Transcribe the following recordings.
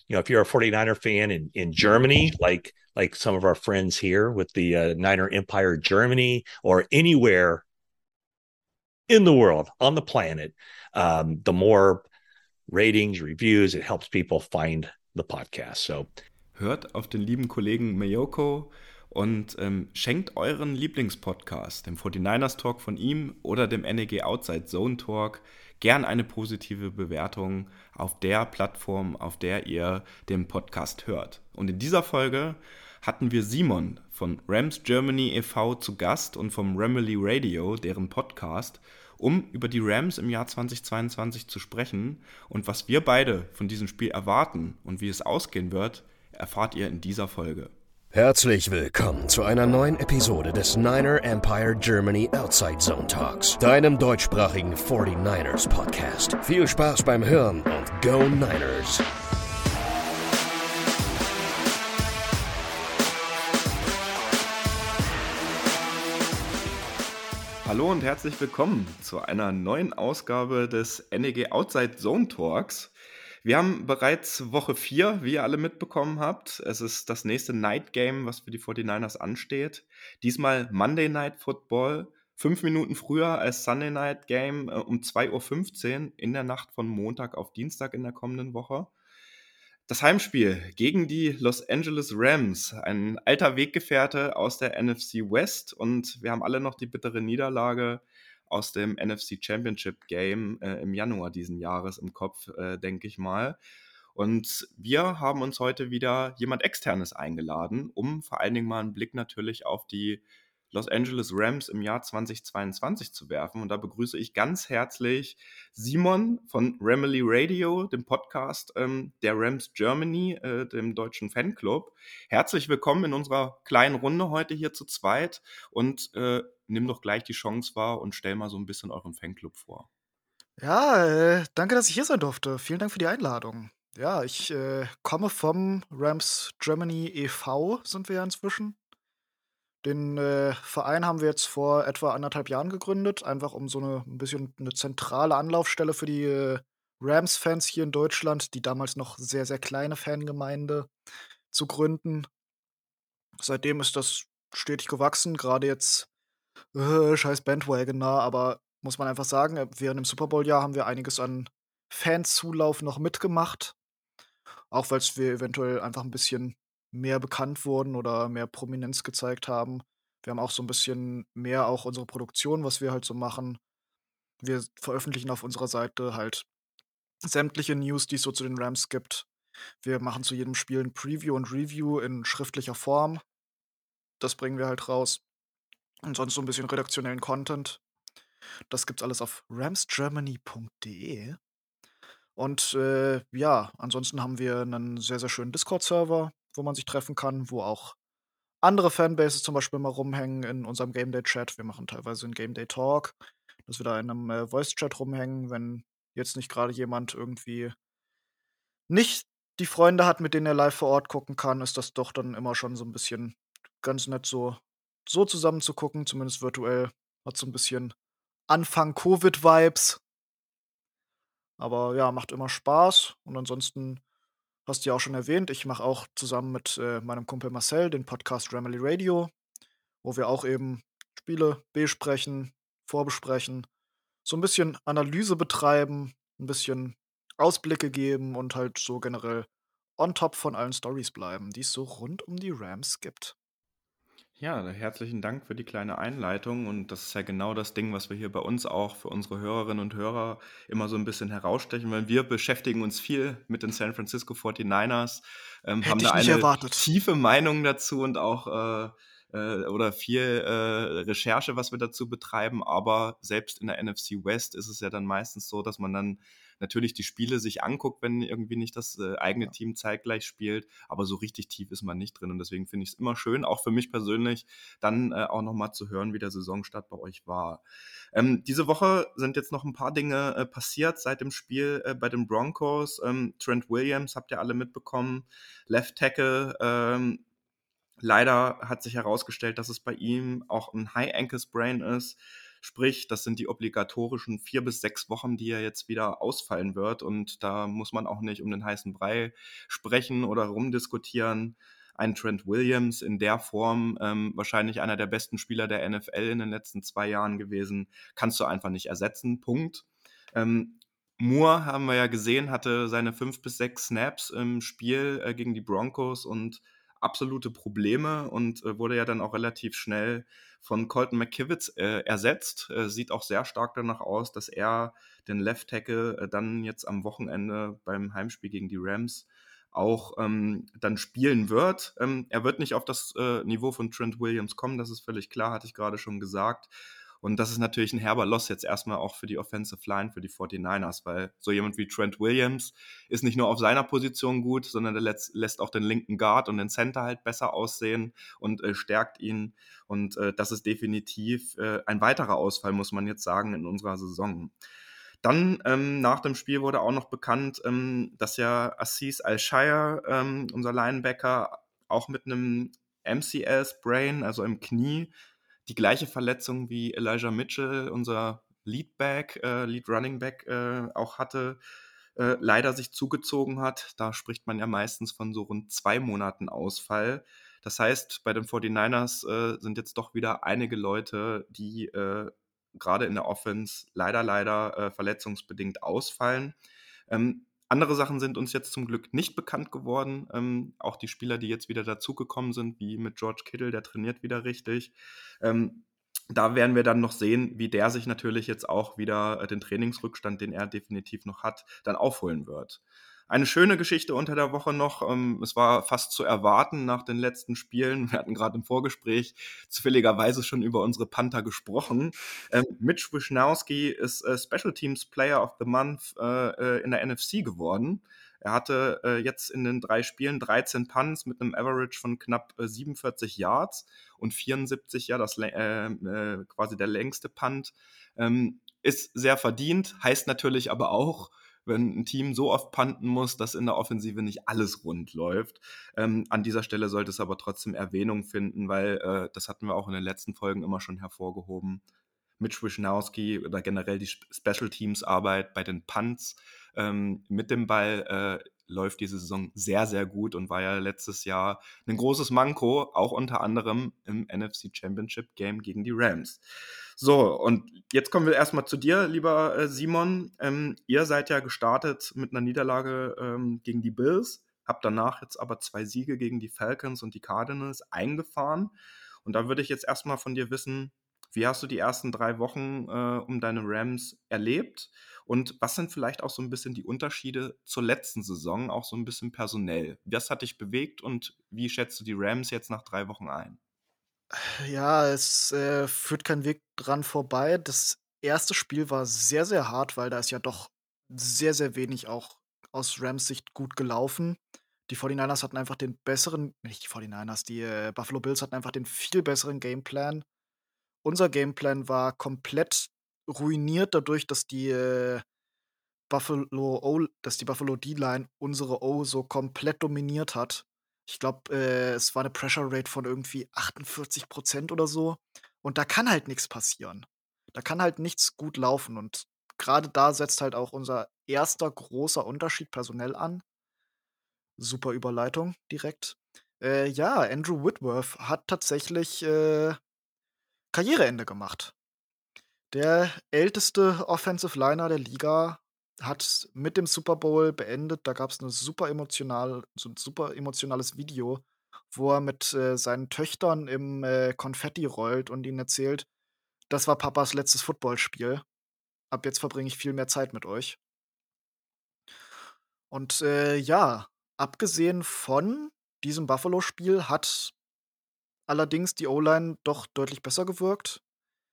if you're a 49er fan in Germany, like some of our friends here with the Niner Empire Germany, or anywhere in the world, on the planet, the more ratings, reviews, it helps people find the podcast. So Hört auf den lieben Kollegen Mayoko und schenkt euren Lieblingspodcast, dem 49ers Talk von ihm oder dem NEG Outside Zone Talk, gern eine positive Bewertung auf der Plattform, auf der ihr den Podcast hört. Und in dieser Folge hatten wir Simon von Rams Germany e.V. zu Gast und vom Ramily Radio, deren Podcast, um über die Rams im Jahr 2022 zu sprechen und was wir beide von diesem Spiel erwarten und wie es ausgehen wird, erfahrt ihr in dieser Folge. Herzlich willkommen zu einer neuen Episode des Niner Empire Germany Outside Zone Talks, deinem deutschsprachigen 49ers Podcast. Viel Spaß beim Hören und Go Niners! Hallo und herzlich willkommen zu einer neuen Ausgabe des NEG Outside Zone Talks. Wir haben bereits Woche 4, wie ihr alle mitbekommen habt. Es ist das nächste Night Game, was für die 49ers ansteht. Diesmal Monday Night Football, 5 Minuten früher als Sunday Night Game um 2:15 Uhr in der Nacht von Montag auf Dienstag in der kommenden Woche. Das Heimspiel gegen die Los Angeles Rams, ein alter Weggefährte aus der NFC West, und wir haben alle noch die bittere Niederlage aus dem NFC Championship Game im Januar diesen Jahres im Kopf, denke ich mal. Und wir haben uns heute wieder jemand Externes eingeladen, um vor allen Dingen mal einen Blick natürlich auf die Los Angeles Rams im Jahr 2022 zu werfen. Und da begrüße ich ganz herzlich Simon von Ramily Radio, dem Podcast der Rams Germany, dem deutschen Fanclub. Herzlich willkommen in unserer kleinen Runde heute hier zu zweit und nimm doch gleich die Chance wahr und stell mal so ein bisschen euren Fanclub vor. Ja, danke, dass ich hier sein durfte. Vielen Dank für die Einladung. Ja, ich komme vom Rams Germany e.V. sind wir ja inzwischen. Den Verein haben wir jetzt vor etwa 1,5 Jahren gegründet, einfach um so ein bisschen eine zentrale Anlaufstelle für die Rams-Fans hier in Deutschland, die damals noch sehr, sehr kleine Fangemeinde, zu gründen. Seitdem ist das stetig gewachsen, gerade jetzt scheiß Bandwagoner, aber muss man einfach sagen, während dem Super Bowl-Jahr haben wir einiges an Fanzulauf noch mitgemacht, auch weil's wir eventuell einfach 'n bisschen mehr bekannt wurden oder mehr Prominenz gezeigt haben. Wir haben auch so 'n bisschen mehr auch unsere Produktion, was wir halt so machen. Wir veröffentlichen auf unserer Seite halt sämtliche News, die es so zu den Rams gibt. Wir machen zu jedem Spiel 'n Preview und Review in schriftlicher Form. Das bringen wir halt raus. Und sonst so 'n bisschen redaktionellen Content. Das gibt's alles auf ramsgermany.de. Und ja, ansonsten haben wir einen sehr, sehr schönen Discord-Server, wo man sich treffen kann, wo auch andere Fanbases zum Beispiel mal rumhängen in unserem Game-Day-Chat. Wir machen teilweise 'n Game-Day-Talk, dass wir da in einem Voice-Chat rumhängen, wenn jetzt nicht gerade jemand irgendwie nicht die Freunde hat, mit denen er live vor Ort gucken kann, ist das doch dann immer schon so ein bisschen ganz nett, so zusammen zu gucken, zumindest virtuell. Hat so ein bisschen Anfang-Covid-Vibes. Aber ja, macht immer Spaß. Und ansonsten hast du ja auch schon erwähnt, ich mache auch zusammen mit meinem Kumpel Marcel den Podcast Ramily Radio, wo wir auch eben Spiele besprechen, vorbesprechen, so ein bisschen Analyse betreiben, ein bisschen Ausblicke geben und halt so generell on top von allen Stories bleiben, die es so rund um die Rams gibt. Ja, herzlichen Dank für die kleine Einleitung, und das ist ja genau das Ding, was wir hier bei uns auch für unsere Hörerinnen und Hörer immer so ein bisschen herausstechen, weil wir beschäftigen uns viel mit den San Francisco 49ers, haben Hätte da ich nicht eine erwartet. tiefe Meinung dazu und auch oder viel Recherche, was wir dazu betreiben, aber selbst in der NFC West ist es ja dann meistens so, dass man dann natürlich die Spiele sich anguckt, wenn irgendwie nicht das eigene Ja. Team zeitgleich spielt, aber so richtig tief ist man nicht drin, und deswegen finde ich es immer schön, auch für mich persönlich, dann auch nochmal zu hören, wie der Saisonstart bei euch war. Diese Woche sind jetzt noch ein paar Dinge passiert seit dem Spiel bei den Broncos. Trent Williams, habt ihr alle mitbekommen, Left Tackle. Leider hat sich herausgestellt, dass es bei ihm auch ein High Ankle Sprain ist. Sprich, das sind die obligatorischen 4 bis 6 Wochen, die er jetzt wieder ausfallen wird. Und da muss man auch nicht um den heißen Brei sprechen oder rumdiskutieren. Ein Trent Williams in der Form, wahrscheinlich einer der besten Spieler der NFL in den letzten 2 Jahren gewesen, kannst du einfach nicht ersetzen. Punkt. Moore, haben wir ja gesehen, hatte seine 5 bis 6 Snaps im Spiel gegen die Broncos und absolute Probleme und wurde ja dann auch relativ schnell von Colton McKivitz ersetzt. Sieht auch sehr stark danach aus, dass er den Left Tackle dann jetzt am Wochenende beim Heimspiel gegen die Rams auch dann spielen wird. Er wird nicht auf das Niveau von Trent Williams kommen, das ist völlig klar, hatte ich gerade schon gesagt. Und das ist natürlich ein herber Loss jetzt erstmal auch für die Offensive Line, für die 49ers, weil so jemand wie Trent Williams ist nicht nur auf seiner Position gut, sondern der lässt auch den linken Guard und den Center halt besser aussehen und stärkt ihn. Und das ist definitiv ein weiterer Ausfall, muss man jetzt sagen, in unserer Saison. Dann nach dem Spiel wurde auch noch bekannt, dass ja Azeez Al-Shire, unser Linebacker, auch mit einem MCL-Sprain, also im Knie, die gleiche Verletzung wie Elijah Mitchell, unser Lead Running Back, auch hatte, leider sich zugezogen hat. Da spricht man ja meistens von so rund 2 Monaten Ausfall. Das heißt, bei den 49ers sind jetzt doch wieder einige Leute, die gerade in der Offense leider verletzungsbedingt ausfallen. Andere Sachen sind uns jetzt zum Glück nicht bekannt geworden. Auch die Spieler, die jetzt wieder dazugekommen sind, wie mit George Kittle, der trainiert wieder richtig. Da werden wir dann noch sehen, wie der sich natürlich jetzt auch wieder den Trainingsrückstand, den er definitiv noch hat, dann aufholen wird. Eine schöne Geschichte unter der Woche noch. Es war fast zu erwarten nach den letzten Spielen. Wir hatten gerade im Vorgespräch zufälligerweise schon über unsere Panther gesprochen. Mitch Wishnowsky ist Special Teams Player of the Month in der NFC geworden. Er hatte jetzt in den 3 Spielen 13 Punts mit einem Average von knapp 47 Yards und 74, ja, quasi der längste Punt. Ist sehr verdient, heißt natürlich aber auch, wenn ein Team so oft punten muss, dass in der Offensive nicht alles rund läuft. An dieser Stelle sollte es aber trotzdem Erwähnung finden, weil das hatten wir auch in den letzten Folgen immer schon hervorgehoben. Mitch Wishnowsky oder generell die Special Teams Arbeit bei den Punts mit dem Ball läuft diese Saison sehr, sehr gut und war ja letztes Jahr ein großes Manko, auch unter anderem im NFC Championship Game gegen die Rams. So, und jetzt kommen wir erstmal zu dir, lieber Simon. Ihr seid ja gestartet mit einer Niederlage gegen die Bills, habt danach jetzt aber 2 Siege gegen die Falcons und die Cardinals eingefahren. Und da würde ich jetzt erstmal von dir wissen, wie hast du die ersten 3 Wochen um deine Rams erlebt? Und was sind vielleicht auch so ein bisschen die Unterschiede zur letzten Saison, auch so ein bisschen personell? Was hat dich bewegt und wie schätzt du die Rams jetzt nach 3 Wochen ein? Ja, es führt kein Weg dran vorbei. Das erste Spiel war sehr, sehr hart, weil da ist ja doch sehr, sehr wenig auch aus Rams Sicht gut gelaufen. Die 49ers hatten einfach den besseren nicht die 49ers, die Buffalo Bills hatten einfach den viel besseren Gameplan. Unser Gameplan war komplett ruiniert dadurch, dass die Buffalo D-Line unsere O so komplett dominiert hat. Ich glaube, es war 'ne Pressure Rate von irgendwie 48 oder so. Und da kann halt nix passieren. Da kann halt nichts gut laufen. Und grade da setzt halt auch unser erster großer Unterschied personell an. Super Überleitung direkt. Ja, Andrew Whitworth hat tatsächlich Karriereende gemacht. Der älteste Offensive Liner der Liga hat mit dem Super Bowl beendet. Da gab's 'ne so 'n super emotionales Video, wo er mit seinen Töchtern im Konfetti rollt und ihnen erzählt: „Das war Papas letztes Footballspiel. Ab jetzt verbringe ich viel mehr Zeit mit euch." Und ja, abgesehen von diesem Buffalo-Spiel hat allerdings die O-Line doch deutlich besser gewirkt.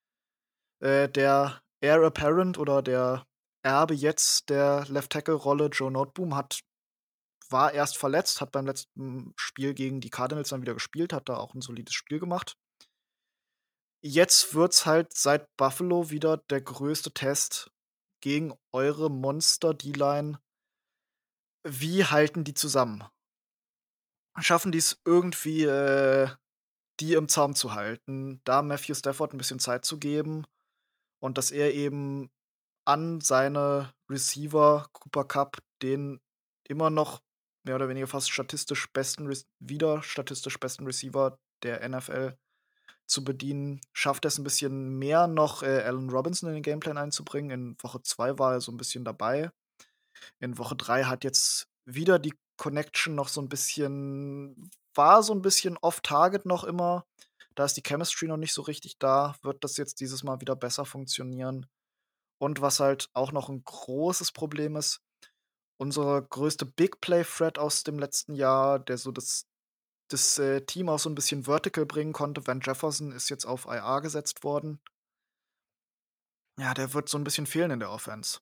Der Heir Apparent oder der Erbe jetzt der Left-Tackle-Rolle, Joe Noteboom, war erst verletzt, hat beim letzten Spiel gegen die Cardinals dann wieder gespielt, hat da auch 'n solides Spiel gemacht. Jetzt wird's halt seit Buffalo wieder der größte Test gegen eure Monster D-Line. Wie halten die zusammen? Schaffen die's irgendwie, die im Zaum zu halten, da Matthew Stafford 'n bisschen Zeit zu geben? und dass er eben an seine Receiver, Cooper Kupp, den immer noch mehr oder weniger fast statistisch besten Receiver der NFL zu bedienen, schafft er es ein bisschen mehr noch, Allen Robinson in den Gameplan einzubringen. In Woche 2 war er so ein bisschen dabei. In Woche 3 hat jetzt wieder die Connection noch so ein bisschen war so ein bisschen off target noch immer. Da ist die Chemistry noch nicht so richtig da. Wird das jetzt dieses Mal wieder besser funktionieren? Und was halt auch noch ein großes Problem ist, unsere größte Big Play Threat aus dem letzten Jahr, der so das Team auch so ein bisschen vertical bringen konnte, Van Jefferson, ist jetzt auf IR gesetzt worden. Ja, der wird so ein bisschen fehlen in der Offense.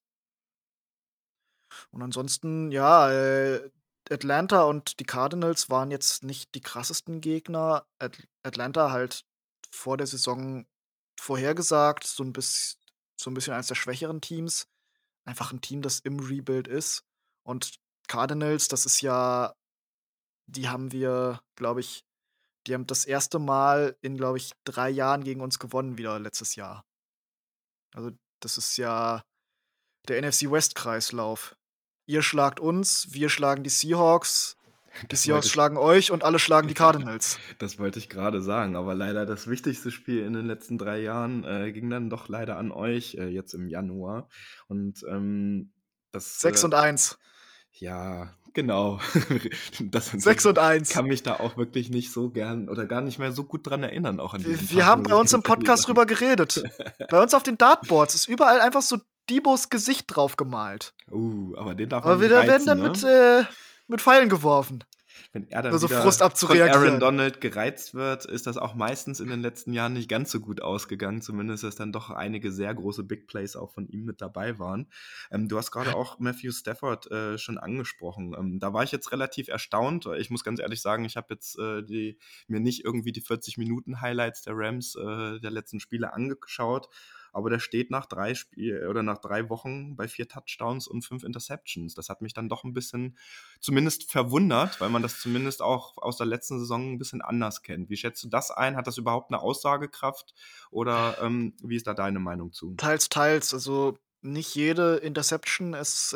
Und ansonsten, ja, Atlanta und die Cardinals waren jetzt nicht die krassesten Gegner. Atlanta halt vor der Saison vorhergesagt, so ein bisschen eines der schwächeren Teams. Einfach ein Team, das im Rebuild ist. Und Cardinals, das ist ja die haben wir, glaube ich die haben das erste Mal in, glaube ich, 3 Jahren gegen uns gewonnen wieder letztes Jahr. Also, das ist ja der NFC-West-Kreislauf. Ihr schlagt uns, wir schlagen die Seahawks, die Das Seahawks wollte ich schlagen euch und alle schlagen die Cardinals. Das wollte ich gerade sagen, aber leider das wichtigste Spiel in den letzten 3 Jahren, ging dann doch leider an euch, jetzt im Januar. Und, das, 6 und 1. ja, genau. Das 6 und 1. kann mich da auch wirklich nicht so gern oder gar nicht mehr so gut dran erinnern, auch an diesen Wir Tag, haben muss bei ich uns im ganz ehrlich Podcast sagen. drüber geredet. Bei uns auf den Dartboards ist überall einfach so Dibos Gesicht drauf gemalt. Aber den darf man Aber wir nicht da werden reizen, dann ne? mit Pfeilen geworfen, Wenn er dann also wieder Frust von Aaron abzureagieren. Donald gereizt wird, ist das auch meistens in den letzten Jahren nicht ganz so gut ausgegangen. Zumindest, dass dann doch einige sehr große Big Plays auch von ihm mit dabei waren. Du hast gerade auch Matthew Stafford schon angesprochen. Da war ich jetzt relativ erstaunt. Ich muss ganz ehrlich sagen, ich habe jetzt mir nicht irgendwie die 40-Minuten-Highlights der Rams der letzten Spiele angeschaut. Aber der steht nach 3 Wochen bei 4 Touchdowns und 5 Interceptions. Das hat mich dann doch ein bisschen zumindest verwundert, weil man das zumindest auch aus der letzten Saison ein bisschen anders kennt. Wie schätzt du das ein? Hat das überhaupt eine Aussagekraft? Oder wie ist da deine Meinung zu? Teils, teils. Also, nicht jede Interception ist,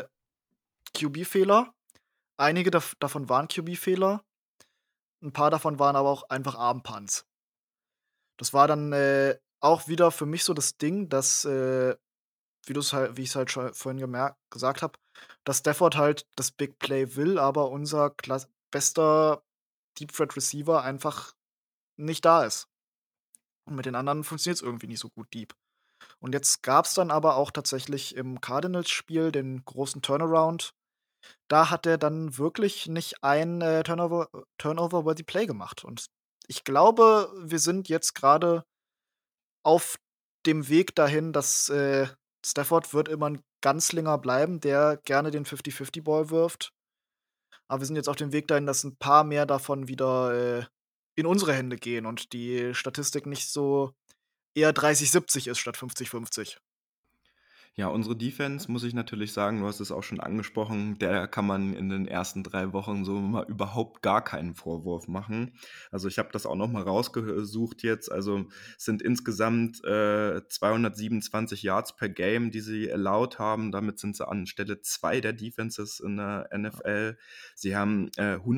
QB-Fehler. Einige davon waren QB-Fehler. Ein paar davon waren aber auch einfach Armpunts. Das war dann, auch wieder für mich so das Ding, dass, wie ich es halt schon vorhin gesagt habe, dass Stafford halt das Big Play will, aber unser bester Deep Threat Receiver einfach nicht da ist. Und mit den anderen funktioniert es irgendwie nicht so gut deep. Und jetzt gab es dann aber auch tatsächlich im Cardinals-Spiel den großen Turnaround. Da hat er dann wirklich nicht ein, Turnover-worthy Play gemacht. Und ich glaube, wir sind jetzt gerade auf dem Weg dahin, dass, Stafford wird immer ein Ganzlinger bleiben, der gerne den 50-50 Ball wirft. Aber wir sind jetzt auf dem Weg dahin, dass ein paar mehr davon wieder, in unsere Hände gehen und die Statistik nicht so eher 30-70 ist statt 50-50. Ja, unsere Defense, muss ich natürlich sagen, du hast es auch schon angesprochen, der kann man in den ersten 3 Wochen so mal überhaupt gar keinen Vorwurf machen. Also, ich habe das auch noch mal rausgesucht jetzt. Also, es sind insgesamt 227 Yards per Game, die sie allowed haben. Damit sind sie an Stelle 2 der Defenses in der NFL. Sie haben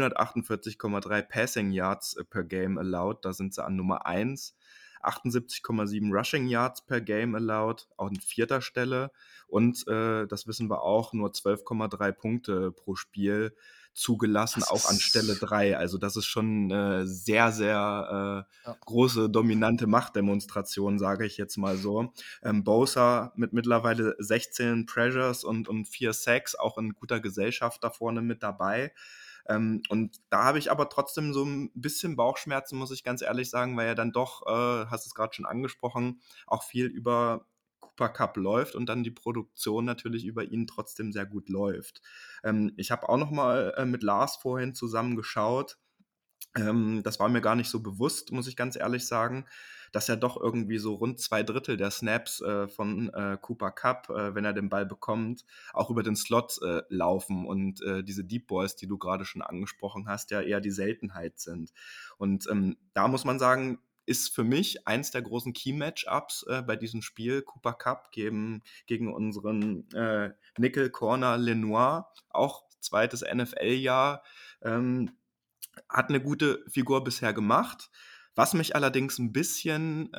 148,3 Passing Yards per Game allowed. Da sind sie an Nummer 1. 78,7 Rushing Yards per Game allowed, auch an 4. Stelle. Und das wissen wir auch, nur 12,3 Punkte pro Spiel zugelassen, Das auch an Stelle ist 3. Also das ist schon sehr, sehr ja. große, dominante Machtdemonstration, sage ich jetzt mal so. Bosa mit mittlerweile 16 Pressures und 4 Sacks, auch in guter Gesellschaft da vorne mit dabei. Und da habe ich aber trotzdem so ein bisschen Bauchschmerzen, muss ich ganz ehrlich sagen, weil er dann doch, hast es gerade schon angesprochen, auch viel über Cooper Kupp läuft und dann die Produktion natürlich über ihn trotzdem sehr gut läuft. Ich habe auch noch mal mit Lars vorhin zusammen geschaut. Das war mir gar nicht so bewusst, muss ich ganz ehrlich sagen, dass ja doch irgendwie so rund 2/3 der Snaps von Cooper Kupp, wenn er den Ball bekommt, auch über den Slot laufen und diese Deep Balls, die du gerade schon angesprochen hast, ja eher die Seltenheit sind. Und da muss man sagen, ist für mich eins der großen Key-Matchups bei diesem Spiel. Cooper Kupp gegen unseren Nickel Corner Lenoir, auch zweites NFL-Jahr. Hat eine gute Figur bisher gemacht. Was mich allerdings ein bisschen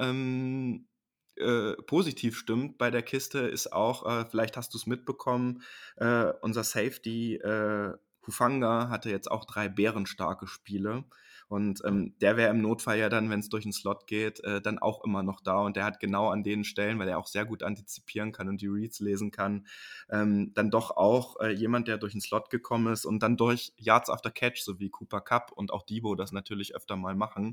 positiv stimmt bei der Kiste, ist auch, vielleicht hast du es mitbekommen, unser Safety Hufanga hatte jetzt auch 3 bärenstarke Spiele. Und der wäre im Notfall ja dann, wenn es durch den Slot geht, dann auch immer noch da. Und der hat genau an den Stellen, weil er auch sehr gut antizipieren kann und die Reads lesen kann, dann doch auch jemand, der durch den Slot gekommen ist und dann durch Yards after Catch, so wie Cooper Kupp und auch Debo das natürlich öfter mal machen,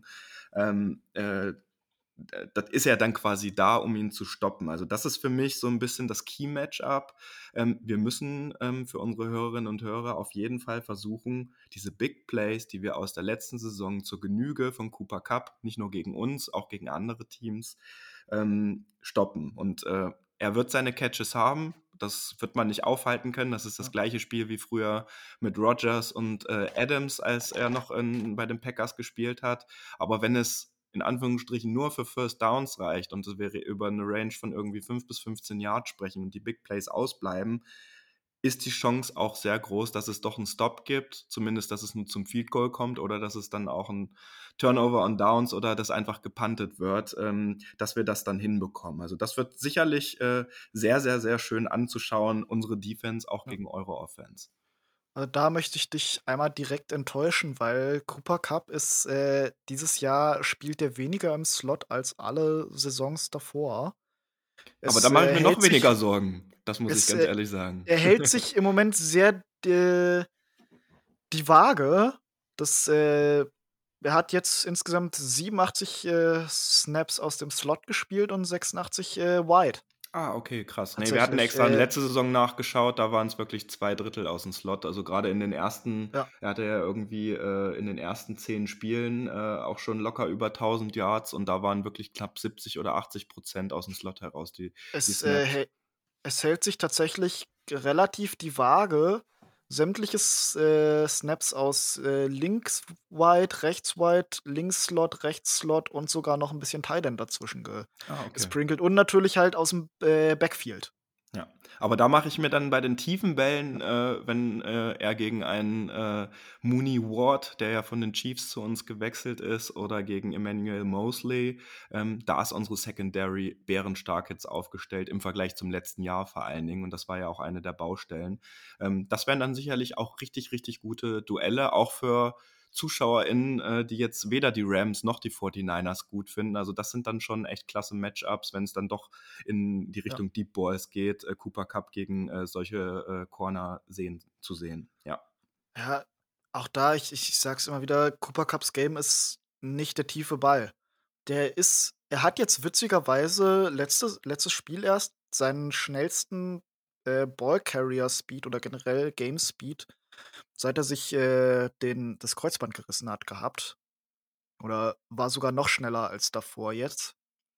das ist ja dann quasi da, um ihn zu stoppen. Also das ist für mich so ein bisschen das Key-Matchup. Wir müssen für unsere Hörerinnen und Hörer auf jeden Fall versuchen, diese Big Plays, die wir aus der letzten Saison zur Genüge von Cooper Kupp, nicht nur gegen uns, auch gegen andere Teams, stoppen. Und er wird seine Catches haben. Das wird man nicht aufhalten können. Das ist das gleiche Spiel wie früher mit Rodgers und Adams, als er noch bei den Packers gespielt hat. Aber wenn es in Anführungsstrichen nur für First Downs reicht und wir über eine Range von irgendwie 5 bis 15 Yards sprechen und die Big Plays ausbleiben, ist die Chance auch sehr groß, dass es doch einen Stop gibt, zumindest, dass es nur zum Field Goal kommt oder dass es dann auch ein Turnover on Downs oder dass einfach gepuntet wird, dass wir das dann hinbekommen. Also das wird sicherlich sehr, sehr, sehr schön anzuschauen, unsere Defense auch gegen eure Offense. Also da möchte ich dich einmal direkt enttäuschen, weil Cooper Kupp ist dieses Jahr spielt er weniger im Slot als alle Saisons davor. Aber da Es mache ich mir noch hält sich, weniger Sorgen. Das muss ich es, ganz ehrlich sagen. er hält sich im Moment sehr die Waage. Er hat jetzt insgesamt 87 Snaps aus dem Slot gespielt und 86 wide. Ah, okay, krass. Ne, wir hatten Tatsächlich. extra letzte Saison nachgeschaut, da waren's wirklich 2/3 aus'm Slot. Also, grade in den ersten Ja. er hatte ja irgendwie, in den ersten 10 Spielen, auch schon locker über 1.000 Yards und da waren wirklich knapp 70 oder 80% aus'm Slot heraus die Es, Snaps. es hält sich tatsächlich relativ die Waage. Sämtliche Snaps aus links wide, rechts wide, links Slot, rechts Slot und sogar noch ein bisschen Tight End dazwischen Ah, okay. gesprinkelt und natürlich halt aus dem Backfield. Ja, aber da mache ich mir dann bei den tiefen Bällen, wenn er gegen einen Mooney Ward, der ja von den Chiefs zu uns gewechselt ist, oder gegen Emmanuel Mosley, da ist unsere Secondary bärenstark jetzt aufgestellt, im Vergleich zum letzten Jahr vor allen Dingen. Und das war ja auch eine der Baustellen. Das wären dann sicherlich auch richtig, richtig gute Duelle, auch für ZuschauerInnen, die jetzt weder die Rams noch die 49ers gut finden. Also das sind dann schon echt klasse Matchups, wenn es dann doch in die Ja. Richtung Deep Balls geht, Cooper Kupp gegen solche Corner zu sehen. Ja. Ja, auch da, ich sag's immer wieder, Cooper Kupps Game ist nicht der tiefe Ball. Er hat jetzt witzigerweise letztes Spiel erst seinen schnellsten Ball Carrier Speed oder generell Game Speed, seit er sich das Kreuzband gerissen hat, gehabt. Oder war sogar noch schneller als davor jetzt.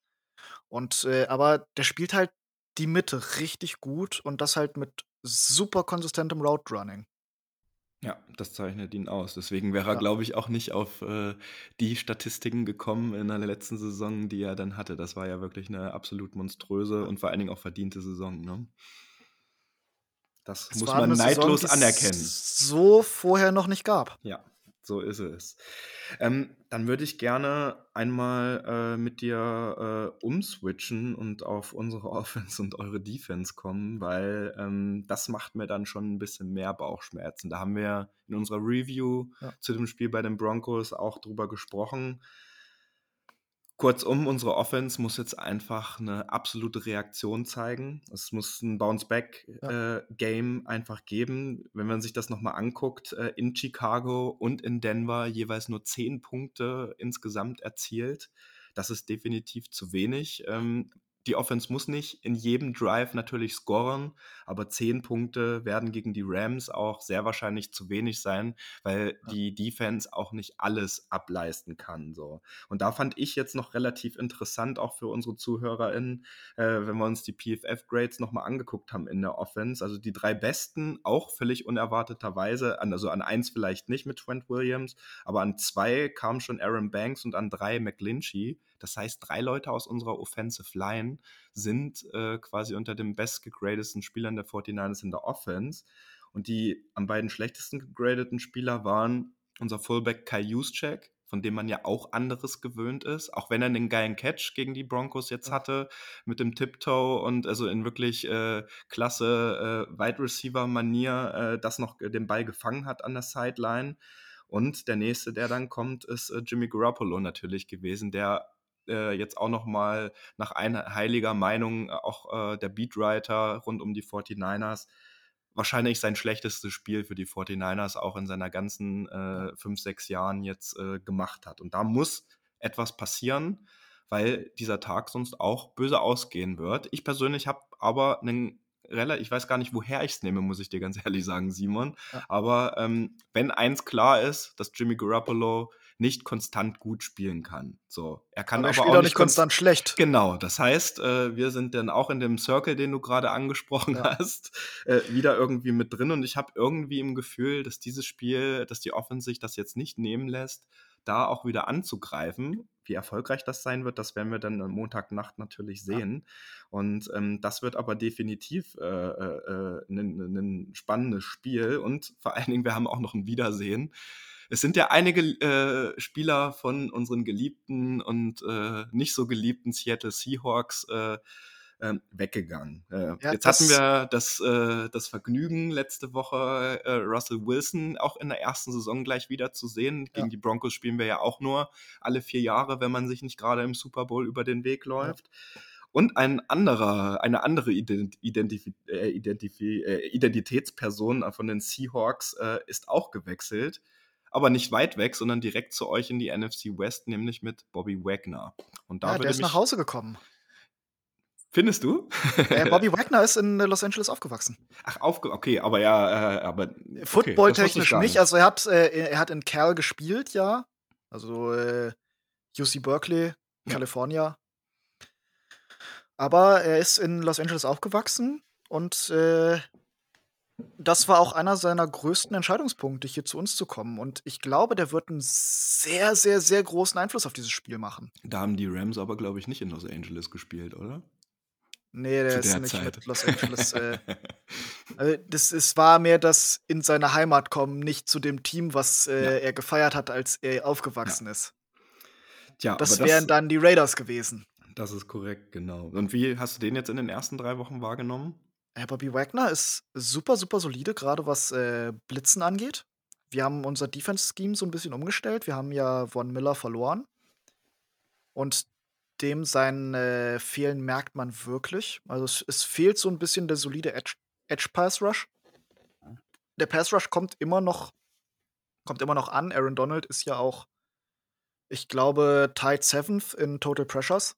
Aber der spielt halt die Mitte richtig gut und das halt mit super konsistentem Route Running. Ja, das zeichnet ihn aus. Deswegen wäre er, Ja. glaube ich, auch nicht auf die Statistiken gekommen in der letzten Saison, die er dann hatte. Das war ja wirklich eine absolut monströse und vor allen Dingen auch verdiente Saison. Ne? Das Es muss war man 'ne Saison, neidlos die anerkennen. es so vorher noch nicht gab. Ja, so ist es. Dann würde ich gerne einmal mit dir umswitchen und auf unsere Offense und eure Defense kommen, weil das macht mir dann schon ein bisschen mehr Bauchschmerzen. Da haben wir in unserer Review Ja. zu dem Spiel bei den Broncos auch drüber gesprochen. Kurzum, unsere Offense muss jetzt einfach eine absolute Reaktion zeigen. Es muss ein Bounce-Back Ja. Game einfach geben. Wenn man sich das noch mal anguckt, in Chicago und in Denver jeweils nur 10 Punkte insgesamt erzielt. Das ist definitiv zu wenig. Die Offense muss nicht in jedem Drive natürlich scoren, aber 10 Punkte werden gegen die Rams auch sehr wahrscheinlich zu wenig sein, weil Ja. die Defense auch nicht alles ableisten kann, so. Und da fand ich jetzt noch relativ interessant, auch für unsere ZuhörerInnen, wenn wir uns die PFF-Grades nochmal angeguckt haben in der Offense. Also die 3 besten, auch völlig unerwarteterweise, also an 1 vielleicht nicht mit Trent Williams, aber an 2 kam schon Aaron Banks und an 3 McGlinchey. Das heißt, 3 Leute aus unserer Offensive Line sind quasi unter den bestgegradesten Spielern der 49ers in der Offense. Und die am beiden schlechtesten gegradeten Spieler waren unser Fullback Kyle Juszczyk, von dem man ja auch anderes gewöhnt ist, auch wenn er einen geilen Catch gegen die Broncos jetzt hatte, mit dem Tiptoe und also in wirklich klasse Wide Receiver-Manier das noch den Ball gefangen hat an der Sideline. Und der nächste, der dann kommt, ist Jimmy Garoppolo natürlich gewesen, der jetzt auch noch mal nach heiliger Meinung auch der Beatwriter rund um die 49ers wahrscheinlich sein schlechtestes Spiel für die 49ers auch in seiner ganzen 5, 6 Jahren jetzt gemacht hat. Und da muss etwas passieren, weil dieser Tag sonst auch böse ausgehen wird. Ich persönlich habe aber ich weiß gar nicht, woher ich es nehme, muss ich dir ganz ehrlich sagen, Simon. Ja. Aber wenn eins klar ist, dass Jimmy Garoppolo nicht konstant gut spielen kann. So, er kann Aber er aber spielt auch auch nicht konstant schlecht. Genau, das heißt, wir sind dann auch in dem Circle, den du gerade angesprochen hast, wieder irgendwie mit drin. Und ich habe irgendwie im Gefühl, dass dieses Spiel, dass die Offense sich das jetzt nicht nehmen lässt, da auch wieder anzugreifen. Wie erfolgreich das sein wird, das werden wir dann am Montagnacht natürlich sehen. Und das wird aber definitiv ein spannendes Spiel. Und vor allen Dingen, wir haben auch noch ein Wiedersehen. Es sind ja einige Spieler von unseren geliebten und nicht so geliebten Seattle Seahawks weggegangen. Jetzt hatten wir das Vergnügen, letzte Woche Russell Wilson auch in der ersten Saison gleich wieder zu sehen. Gegen die Broncos spielen wir ja auch nur alle 4 Jahre, wenn man sich nicht gerade im Super Bowl über den Weg läuft. Und eine andere Identitätsperson von den Seahawks ist auch gewechselt. Aber nicht weit weg, sondern direkt zu euch in die NFC West, nämlich mit Bobby Wagner. Und da der ist nach Hause gekommen. Findest du? Bobby Wagner ist in Los Angeles aufgewachsen. Ach, okay, aber ja, aber Football-technisch nicht. Also er hat in Cal gespielt, ja. Also UC Berkeley, California. Aber er ist in Los Angeles aufgewachsen und das war auch einer seiner größten Entscheidungspunkte, hier zu uns zu kommen. Und ich glaube, der wird einen sehr, sehr, sehr großen Einfluss auf dieses Spiel machen. Da haben die Rams aber, glaube ich, nicht in Los Angeles gespielt, oder? Nee, der ist nicht mit Los Angeles. Es war mehr das in seine Heimat kommen, nicht zu dem Team, was er gefeiert hat, als er aufgewachsen ist. Tja, das wären dann die Raiders gewesen. Das ist korrekt, genau. Und wie hast du den jetzt in den ersten 3 Wochen wahrgenommen? Bobby Wagner ist super, super solide, gerade was Blitzen angeht. Wir haben unser Defense-Scheme so ein bisschen umgestellt. Wir haben ja Von Miller verloren. Und dem sein Fehlen merkt man wirklich. Also es fehlt so ein bisschen der solide Edge-Pass-Rush. Der Pass-Rush kommt immer noch an. Aaron Donald ist ja auch, ich glaube, tied 7th in Total Pressures.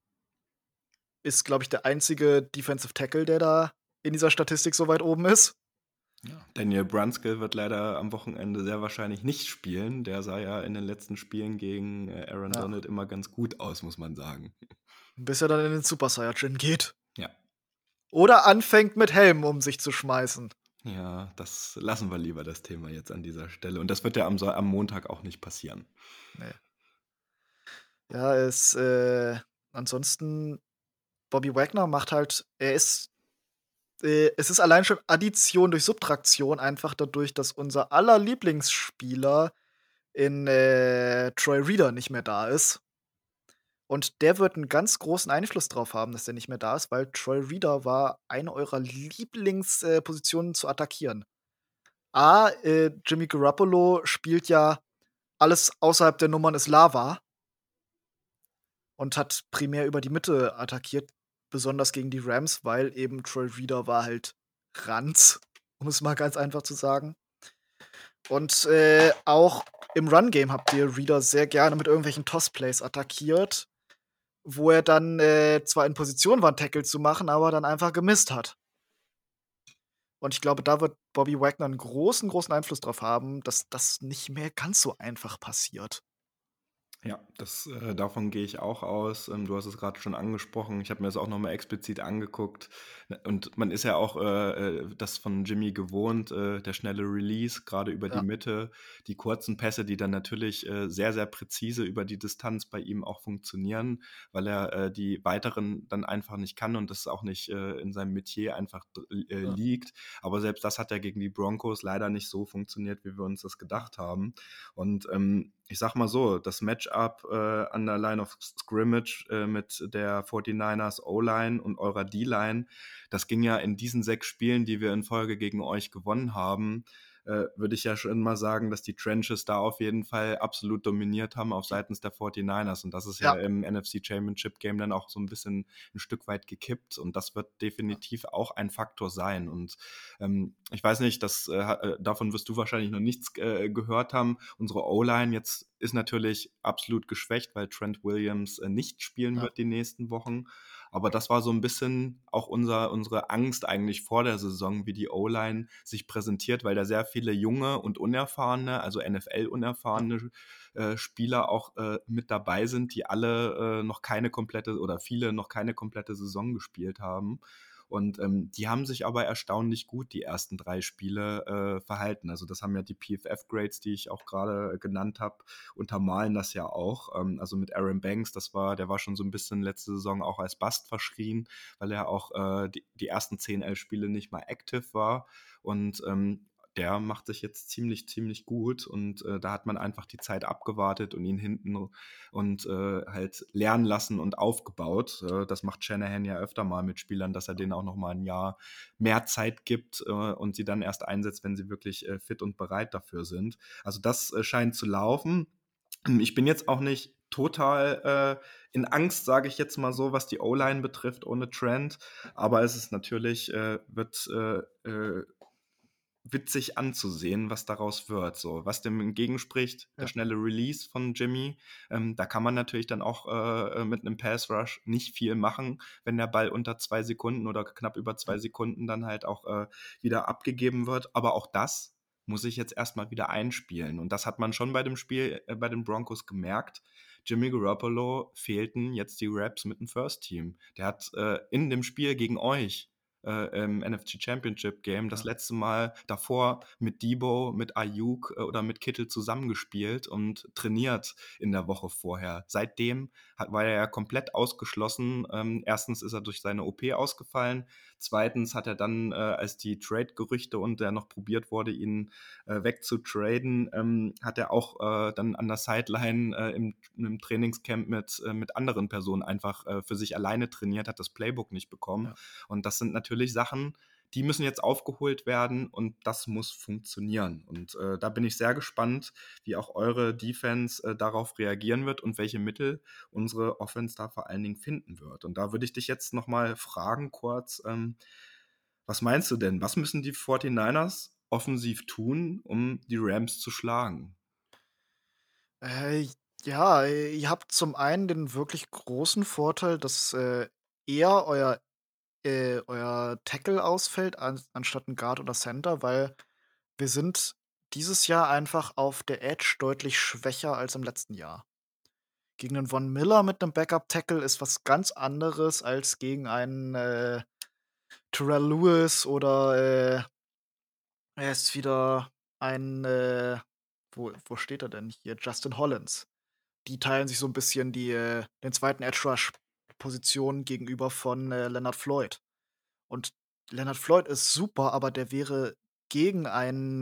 Ist, glaube ich, der einzige Defensive Tackle, der da in dieser Statistik so weit oben ist. Ja. Daniel Brunskill wird leider am Wochenende sehr wahrscheinlich nicht spielen. Der sah ja in den letzten Spielen gegen Aaron Donald immer ganz gut aus, muss man sagen. Bis er dann in den Super Saiyajin geht. Ja. Oder anfängt mit Helm um sich zu schmeißen. Ja, das lassen wir lieber, das Thema jetzt an dieser Stelle. Und das wird ja am Montag auch nicht passieren. Nee. Ja, ansonsten, Bobby Wagner macht halt, es ist allein schon Addition durch Subtraktion, einfach dadurch, dass unser aller Lieblingsspieler in Troy Reader nicht mehr da ist. Und der wird einen ganz großen Einfluss drauf haben, dass der nicht mehr da ist, weil Troy Reader war eine eurer Lieblingspositionen zu attackieren. Jimmy Garoppolo spielt ja alles außerhalb der Nummern ist Lava und hat primär über die Mitte attackiert, besonders gegen die Rams, weil eben Troy Reader war halt Ranz, um es mal ganz einfach zu sagen. Und auch im Run-Game habt ihr Reader sehr gerne mit irgendwelchen Toss-Plays attackiert, wo er dann zwar in Position war, einen Tackle zu machen, aber dann einfach gemisst hat. Und ich glaube, da wird Bobby Wagner einen großen, großen Einfluss drauf haben, dass das nicht mehr ganz so einfach passiert. Ja, davon gehe ich auch aus. Du hast es gerade schon angesprochen. Ich habe mir das auch noch mal explizit angeguckt. Und man ist ja auch, das von Jimmy gewohnt, der schnelle Release, gerade über die Ja, Mitte, die kurzen Pässe, die dann natürlich, sehr, sehr präzise über die Distanz bei ihm auch funktionieren, weil er, die weiteren dann einfach nicht kann und das auch nicht, in seinem Metier einfach ja, liegt. Aber selbst das hat ja gegen die Broncos leider nicht so funktioniert, wie wir uns das ja, gedacht haben. Und ich sag mal so, das Matchup an der Line of Scrimmage mit der 49ers O-Line und eurer D-Line, das ging ja in diesen 6 Spielen, die wir in Folge gegen euch gewonnen haben, würde ich ja schon mal sagen, dass die Trenches da auf jeden Fall absolut dominiert haben auf seitens der 49ers. Und das ist ja ja, im NFC Championship Game dann auch so ein bisschen ein Stück weit gekippt. Und das wird ja, definitiv auch ein Faktor sein. Und ich weiß nicht, davon wirst du wahrscheinlich noch nichts gehört haben. Unsere O-Line jetzt ist natürlich absolut geschwächt, weil Trent Williams nicht spielen ja, wird die nächsten Wochen. Aber das war so ein bisschen auch unsere Angst eigentlich vor der Saison, wie die O-Line sich präsentiert, weil da sehr viele junge und unerfahrene, also ja, NFL-unerfahrene Spieler auch mit dabei sind, die alle noch keine komplette oder viele noch keine komplette Saison gespielt haben. Und die haben sich aber erstaunlich gut die ersten 3 Spiele verhalten. Also das haben ja die PFF-Grades, die ich auch gerade genannt habe, untermalen das ja auch. Also mit Aaron Banks, der war schon so ein bisschen letzte Saison auch als Bust verschrien, weil er auch die ersten 10, 11 Spiele nicht mal active war. Und der macht sich jetzt ziemlich, ziemlich gut und da hat man einfach die Zeit abgewartet und ihn hinten und halt lernen lassen und aufgebaut. Das macht Shanahan ja öfter mal mit Spielern, dass er denen auch noch mal ein Jahr mehr Zeit gibt und sie dann erst einsetzt, wenn sie wirklich fit und bereit dafür sind. Also das scheint zu laufen. Ich bin jetzt auch nicht total in Angst, sage ich jetzt mal so, was die O-Line betrifft, ohne Trent. Aber es ist natürlich, wird witzig anzusehen, was daraus wird. So, was dem entgegenspricht, der ja, schnelle Release von Jimmy. Da kann man natürlich dann auch mit einem Pass Rush nicht viel machen, wenn der Ball unter 2 Sekunden oder knapp über ja, 2 Sekunden dann halt auch wieder abgegeben wird. Aber auch das muss ich jetzt erstmal wieder einspielen. Und das hat man schon bei dem Spiel bei den Broncos gemerkt. Jimmy Garoppolo fehlten jetzt die Raps mit dem First Team. Der hat in dem Spiel gegen euch im NFC Championship Game das ja, letzte Mal davor mit Debo, mit Ayuk oder mit Kittel zusammengespielt und trainiert in der Woche vorher. Seitdem war er ja komplett ausgeschlossen. Erstens ist er durch seine OP ausgefallen. Zweitens hat er dann, als die Trade-Gerüchte und der noch probiert wurde, ihn wegzutraden, hat er auch dann an der Sideline im Trainingscamp mit anderen Personen einfach für sich alleine trainiert, hat das Playbook nicht bekommen. ja. Und das sind natürlich Sachen, die müssen jetzt aufgeholt werden und das muss funktionieren. Und da bin ich sehr gespannt, wie auch eure Defense darauf reagieren wird und welche Mittel unsere Offense da vor allen Dingen finden wird. Und da würde ich dich jetzt nochmal fragen, kurz, was meinst du denn? Was müssen die 49ers offensiv tun, um die Rams zu schlagen? Äh, ja, ihr habt zum einen den wirklich großen Vorteil, dass, eher euer Tackle ausfällt anstatt 'n Guard oder Center, weil wir sind dieses Jahr einfach auf der Edge deutlich schwächer als im letzten Jahr. Gegen 'nen Von Miller mit 'nem Backup-Tackle ist was ganz anderes als gegen einen, Terrell Lewis oder, wer ist wieder ein, wo steht er denn hier? Justin Hollins. Die teilen sich so 'n bisschen den zweiten Edge Rush Position gegenüber von, Leonard Floyd. Und Leonard Floyd ist super, aber der wäre gegen einen,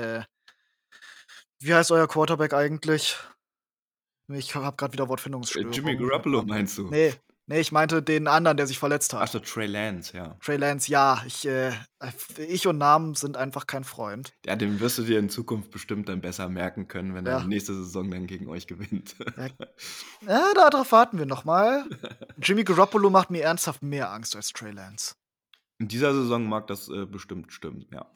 wie heißt euer Quarterback eigentlich? Ich habe grad wieder Jimmy Wortfindungsstörungen mit Garoppolo Namen. meinst du? Ne, ne, ich meinte den anderen, der sich verletzt hat. Achso, Trey Lance, ja. Trey Lance, ja, ich und Namen sind einfach kein Freund. Ja, den wirst du dir in Zukunft bestimmt dann besser merken können, wenn er Ja, nächste Saison dann gegen euch gewinnt. ja, darauf warten wir noch mal. Jimmy Garoppolo macht mir ernsthaft mehr Angst als Trey Lance. In dieser Saison mag das bestimmt stimmen, ja.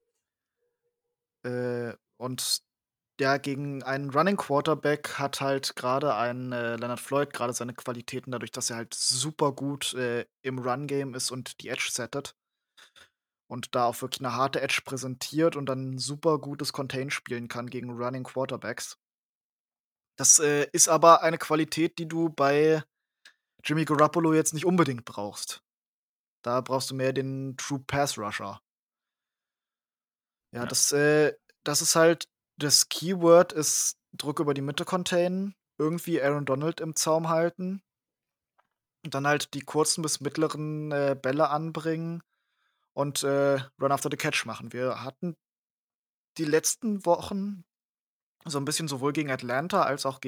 Und ja, gegen einen Running Quarterback hat halt grade ein, Leonard Floyd grade seine Qualitäten dadurch, dass er halt super gut, im Run-Game ist und die Edge settet und da auch wirklich 'ne harte Edge präsentiert und dann super gutes Contain spielen kann gegen Running Quarterbacks. Das, ist aber eine Qualität, die du bei Jimmy Garoppolo jetzt nicht unbedingt brauchst. Da brauchst du mehr den True Pass Rusher. Ja, Ja. das ist halt das Keyword ist Druck über die Mitte containen, irgendwie Aaron Donald im Zaum halten und dann halt die kurzen bis mittleren, Bälle anbringen und, Run after the Catch machen. Wir hatten die letzten Wochen so 'n bisschen sowohl gegen Atlanta als auch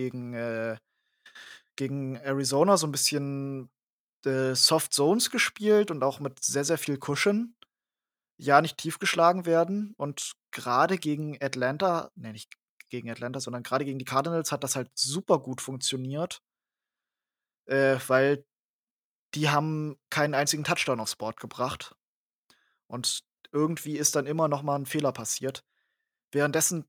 gegen Arizona so 'n bisschen, Soft Zones gespielt und auch mit sehr, sehr viel Cushion. Ja, nicht tief geschlagen werden und grade gegen Atlanta nicht gegen Atlanta, sondern grade gegen die Cardinals hat das halt super gut funktioniert, weil die haben keinen einzigen Touchdown aufs Board gebracht und irgendwie ist dann immer noch mal 'n Fehler passiert. Währenddessen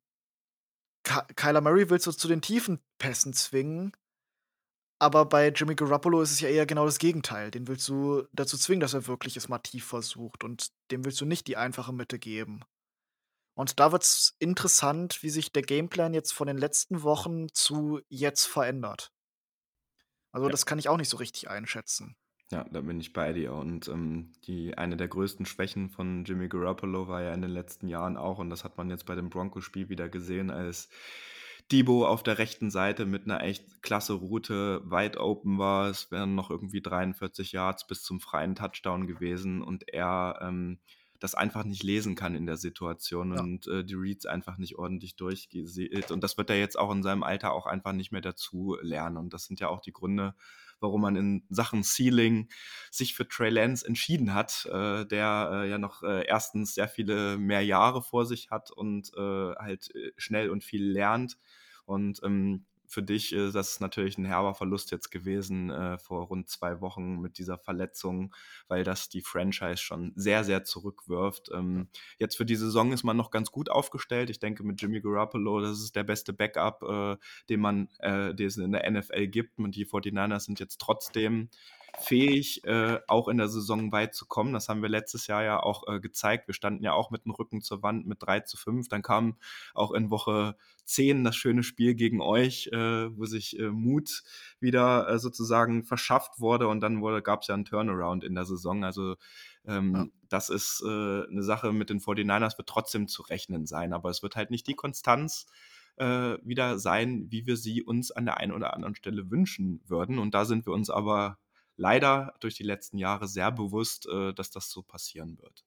Kyler Murray willst du zu den tiefen Pässen zwingen, aber bei Jimmy Garoppolo ist es ja eher genau das Gegenteil. Den willst du dazu zwingen, dass er wirklich es mal tief versucht und dem willst du nicht die einfache Mitte geben. Und da wird's interessant, wie sich der Gameplan jetzt von den letzten Wochen zu jetzt verändert. Also, Ja. das kann ich auch nicht so richtig einschätzen. Ja, da bin ich bei dir. Und die eine der größten Schwächen von Jimmy Garoppolo war ja in den letzten Jahren auch, und das hat man jetzt bei dem Broncos-Spiel wieder gesehen, als Debo auf der rechten Seite mit einer echt klasse Route wide open war. Es wären noch irgendwie 43 Yards bis zum freien Touchdown gewesen und er das einfach nicht lesen kann in der Situation Ja, und die Reads einfach nicht ordentlich durchgesieht. Und das wird er jetzt auch in seinem Alter auch einfach nicht mehr dazu lernen. Und das sind ja auch die Gründe, warum man in Sachen Ceiling sich für Trey Lance entschieden hat, der ja noch erstens sehr viele mehr Jahre vor sich hat und halt schnell und viel lernt. Und für dich ist das natürlich ein herber Verlust jetzt gewesen vor rund 2 Wochen mit dieser Verletzung, weil das die Franchise schon sehr, sehr zurückwirft. ja, Jetzt für die Saison ist man noch ganz gut aufgestellt. Ich denke, mit Jimmy Garoppolo, das ist der beste Backup, den es in der NFL gibt. Und die 49ers sind jetzt trotzdem fähig, auch in der Saison weit zu kommen. Das haben wir letztes Jahr ja auch gezeigt. Wir standen ja auch mit dem Rücken zur Wand mit 3:5. Dann kam auch in Woche 10 das schöne Spiel gegen euch, wo sich Mut wieder sozusagen verschafft wurde und dann gab es ja einen Turnaround in der Saison. Also ja. das ist eine Sache, mit den 49ers wird trotzdem zu rechnen sein, aber es wird halt nicht die Konstanz wieder sein, wie wir sie uns an der einen oder anderen Stelle wünschen würden. Und da sind wir uns aber leider durch die letzten Jahre sehr bewusst, dass das so passieren wird.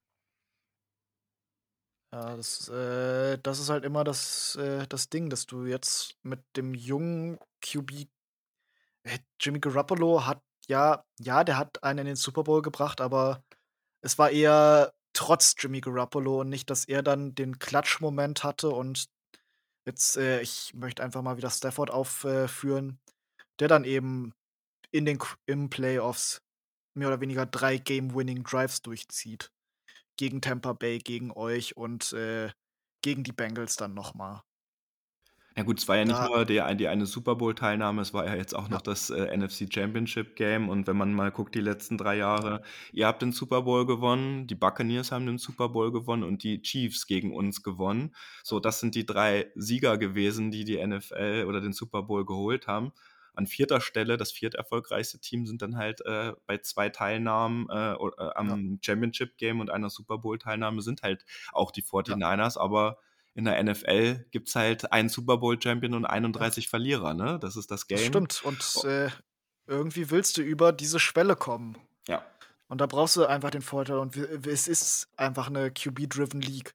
Ja, das ist halt immer das Ding, dass du jetzt mit dem jungen QB Jimmy Garoppolo hat der hat einen in den Super Bowl gebracht, aber es war eher trotz Jimmy Garoppolo und nicht, dass er dann den Klatschmoment hatte und jetzt, ich möchte einfach mal wieder Stafford aufführen, der dann eben im Playoffs mehr oder weniger 3 Game-Winning Drives durchzieht. Gegen Tampa Bay, gegen euch und, gegen die Bengals dann noch mal. Ja gut, es war ja nicht Da nur die eine Super Bowl-Teilnahme, es war ja jetzt auch ja, noch das NFC Championship Game. Und wenn man mal guckt, die letzten 3 Jahre, ihr habt den Super Bowl gewonnen, die Buccaneers haben den Super Bowl gewonnen und die Chiefs gegen uns gewonnen. So, das sind die 3 Sieger gewesen, die NFL oder den Super Bowl geholt haben. An vierter Stelle, das vierterfolgreichste Team, sind dann halt bei 2 Teilnahmen ja, am Championship Game und einer Super Bowl-Teilnahme sind halt auch die ja, 49ers, aber in der NFL gibt es halt einen Super Bowl-Champion und ja, 31 Verlierer, ne? Das ist das das Game. stimmt und, O irgendwie willst du über diese Schwelle kommen ja. und da brauchst du einfach den Vorteil und es ist einfach 'ne QB-driven League.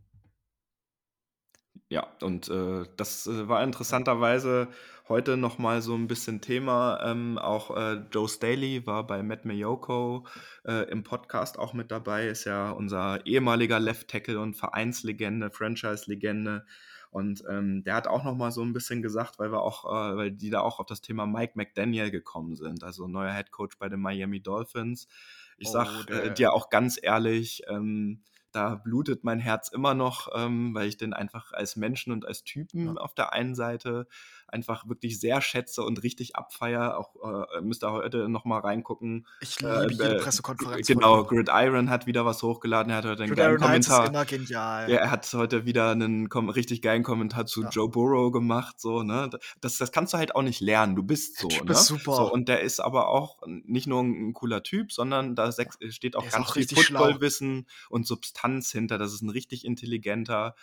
Ja, und das war Ja. interessanterweise heute noch mal so ein bisschen Thema. Auch Joe Staley war bei Matt Maiocco im Podcast auch mit dabei, ist ja unser ehemaliger Ja. Left Tackle und Vereinslegende, Franchise-Legende. Und der hat auch noch mal so ein bisschen gesagt, weil die da auch auf das Thema Mike McDaniel gekommen sind, also neuer Head Coach bei den Miami Dolphins. Ich Oh, sag dir auch ganz ehrlich, Da blutet mein Herz immer noch, weil ich den einfach als Menschen und als Typen auf der einen Seite einfach wirklich sehr schätze und richtig abfeier. Auch müsst ihr heute noch mal reingucken. Ich liebe jede Pressekonferenz von Genau, ihm. Gridiron hat wieder was hochgeladen. Er hat heute einen geilen Gridiron Heights ist Kommentar. immer genial. Ja, er hat heute wieder einen richtig geilen Kommentar zu Joe Burrow gemacht, so, ne? Das kannst du halt auch nicht lernen. Du bist so, Der Typ ne? ist super. So, und der ist aber auch nicht nur ein cooler Typ, sondern da steht auch Der ist ganz auch viel richtig schlau. Footballwissen und Substanz hinter. Das ist ein richtig intelligenter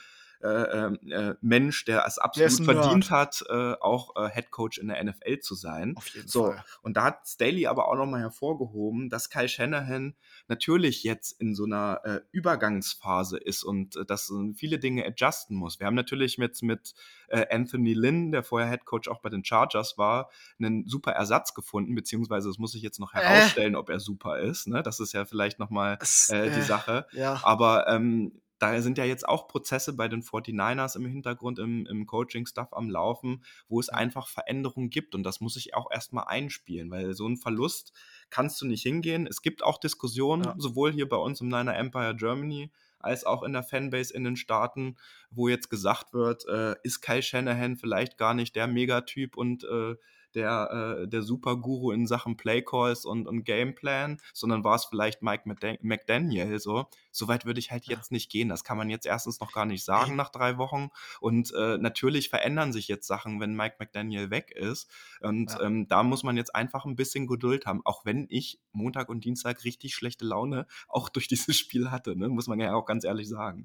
Mensch, der es Der ist absolut ein verdient Nerd. hat, auch Head Coach in der NFL zu sein. Auf jeden So, Fall. und da hat Staley aber auch nochmal hervorgehoben, dass Kyle Shanahan natürlich jetzt in so einer Übergangsphase ist und dass viele Dinge adjusten muss. Wir haben natürlich mit Anthony Lynn, der vorher Head Coach auch bei den Chargers war, einen super Ersatz gefunden, beziehungsweise es muss sich jetzt noch herausstellen, ob er super ist. Ne? Das ist ja vielleicht nochmal die Sache. Ja. Aber da sind ja jetzt auch Prozesse bei den 49ers im Hintergrund, im Coaching-Stuff am Laufen, wo es einfach Veränderungen gibt. Und das muss ich auch erstmal einspielen, weil so ein Verlust kannst du nicht hingehen. Es gibt auch Diskussionen, sowohl hier bei uns im Niner Empire Germany als auch in der Fanbase in den Staaten, wo jetzt gesagt wird, ist Kyle Shanahan vielleicht gar nicht der Megatyp und der Superguru in Sachen Playcalls und Gameplan, sondern war es vielleicht Mike McDaniel. So weit würde ich halt jetzt nicht gehen. Das kann man jetzt erstens noch gar nicht sagen nach 3 Wochen. Und natürlich verändern sich jetzt Sachen, wenn Mike McDaniel weg ist. Und da muss man jetzt einfach ein bisschen Geduld haben, auch wenn ich Montag und Dienstag richtig schlechte Laune auch durch dieses Spiel hatte, ne? Muss man ja auch ganz ehrlich sagen.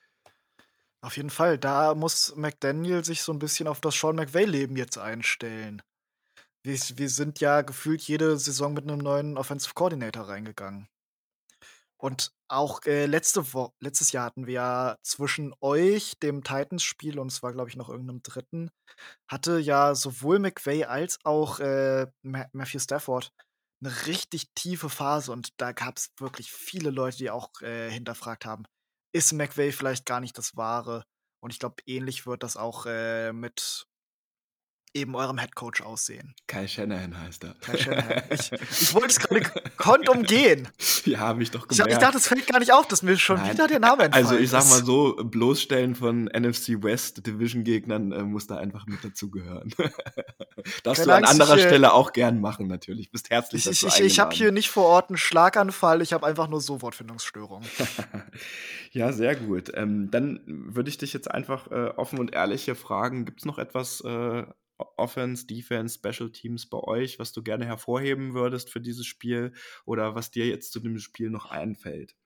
Auf jeden Fall. Da muss McDaniel sich so ein bisschen auf das Sean McVay-Leben jetzt einstellen. Wir sind ja gefühlt jede Saison mit einem neuen Offensive Coordinator reingegangen. Und auch, letztes Jahr hatten wir ja zwischen euch, dem Titans-Spiel, und es war, glaube ich, noch irgendeinem dritten, hatte ja sowohl McVay als auch, Matthew Stafford eine richtig tiefe Phase, und da gab es wirklich viele Leute, die auch, hinterfragt haben: „Ist McVay vielleicht gar nicht das Wahre?“ Und ich glaube, ähnlich wird das auch, mit eben eurem Headcoach aussehen. Kyle Shanahan heißt er. Kyle Shanahan. Ich wollte es gerade gekonnt umgehen. Ja, habe ich doch Ich gemerkt. dachte, es fällt gar nicht auf, dass mir schon Nein. wieder der Name entfallen Also ich sag mal ist. so, bloßstellen von NFC West Division-Gegnern muss da einfach mit dazugehören. Darfst Keine du an Angst, anderer ich, Stelle auch gern machen, natürlich. Bist herzlich Ich dazu ich habe eingeladen. hier nicht vor Ort 'n Schlaganfall, ich habe einfach nur so Wortfindungsstörungen. Ja, sehr gut. Dann würde ich dich jetzt einfach offen und ehrlich hier fragen, gibt es noch etwas Offense, Defense, Special Teams bei euch, was du gerne hervorheben würdest für dieses Spiel oder was dir jetzt zu dem Spiel noch einfällt?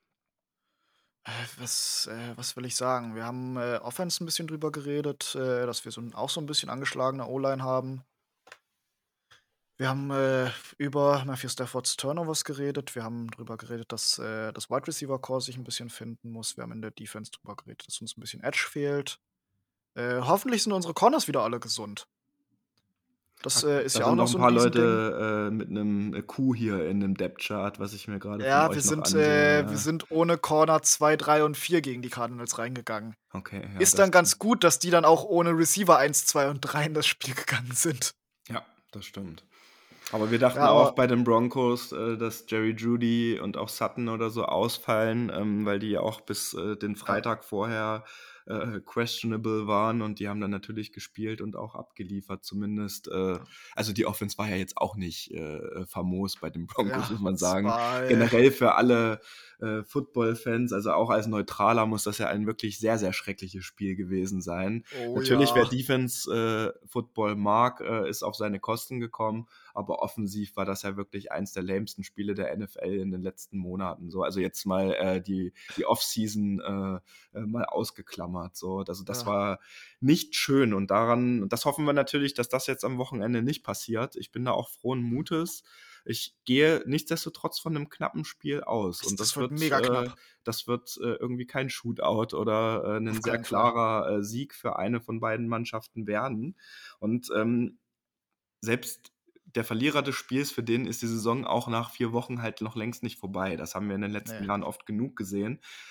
Was will ich sagen? Wir haben, Offense 'n bisschen drüber geredet, dass wir auch so 'n bisschen angeschlagene O-Line haben. Wir haben, über Matthew Staffords Turnovers geredet. Wir haben drüber geredet, dass, das Wide Receiver Core sich 'n bisschen finden muss. Wir haben in der Defense drüber geredet, dass uns 'n bisschen Edge fehlt. Hoffentlich sind unsere Corners wieder alle gesund. Das, ist Da ja auch sind noch noch ein so 'n paar Riesending. Leute mit einem Q hier in dem Depth-Chart, was ich mir gerade von Ja, euch noch ansehe. wir Ja. sind ohne Corner 2, 3 und 4 gegen die Cardinals reingegangen. Okay, ja, Ist das dann ganz gut, dass die dann auch ohne Receiver 1, 2 und 3 in das Spiel gegangen sind. ja, das stimmt. Aber wir dachten Ja, auch aber bei den Broncos, dass Jerry Jeudy und auch Sutton oder so ausfallen, weil die ja auch bis den ja, Freitag vorher questionable waren und die haben dann natürlich gespielt und auch abgeliefert, zumindest. Also die Offense war ja jetzt auch nicht famos bei den Broncos, ja, muss man es sagen. war, Generell für alle Football-Fans, also auch als Neutraler, muss das ja ein wirklich sehr, sehr schreckliches Spiel gewesen sein. oh Natürlich, wer ja. Defense-Football mag, ist auf seine Kosten gekommen, aber offensiv war das ja wirklich eins der lamesten Spiele der NFL in den letzten Monaten. So, also jetzt mal die Offseason mal ausgeklammert. So, also das Ja. war nicht schön und das hoffen wir natürlich, dass das jetzt am Wochenende nicht passiert. Ich bin da auch frohen Mutes. Ich gehe nichtsdestotrotz von einem knappen Spiel aus und Das wird mega knapp. das wird irgendwie kein Shootout oder Auf ein sehr keinen Fall. klarer Sieg für eine von beiden Mannschaften werden. Und selbst der Verlierer des Spiels, für den ist die Saison auch nach 4 Wochen halt noch längst nicht vorbei. Das haben wir in den letzten Ne. Jahren oft genug gesehen.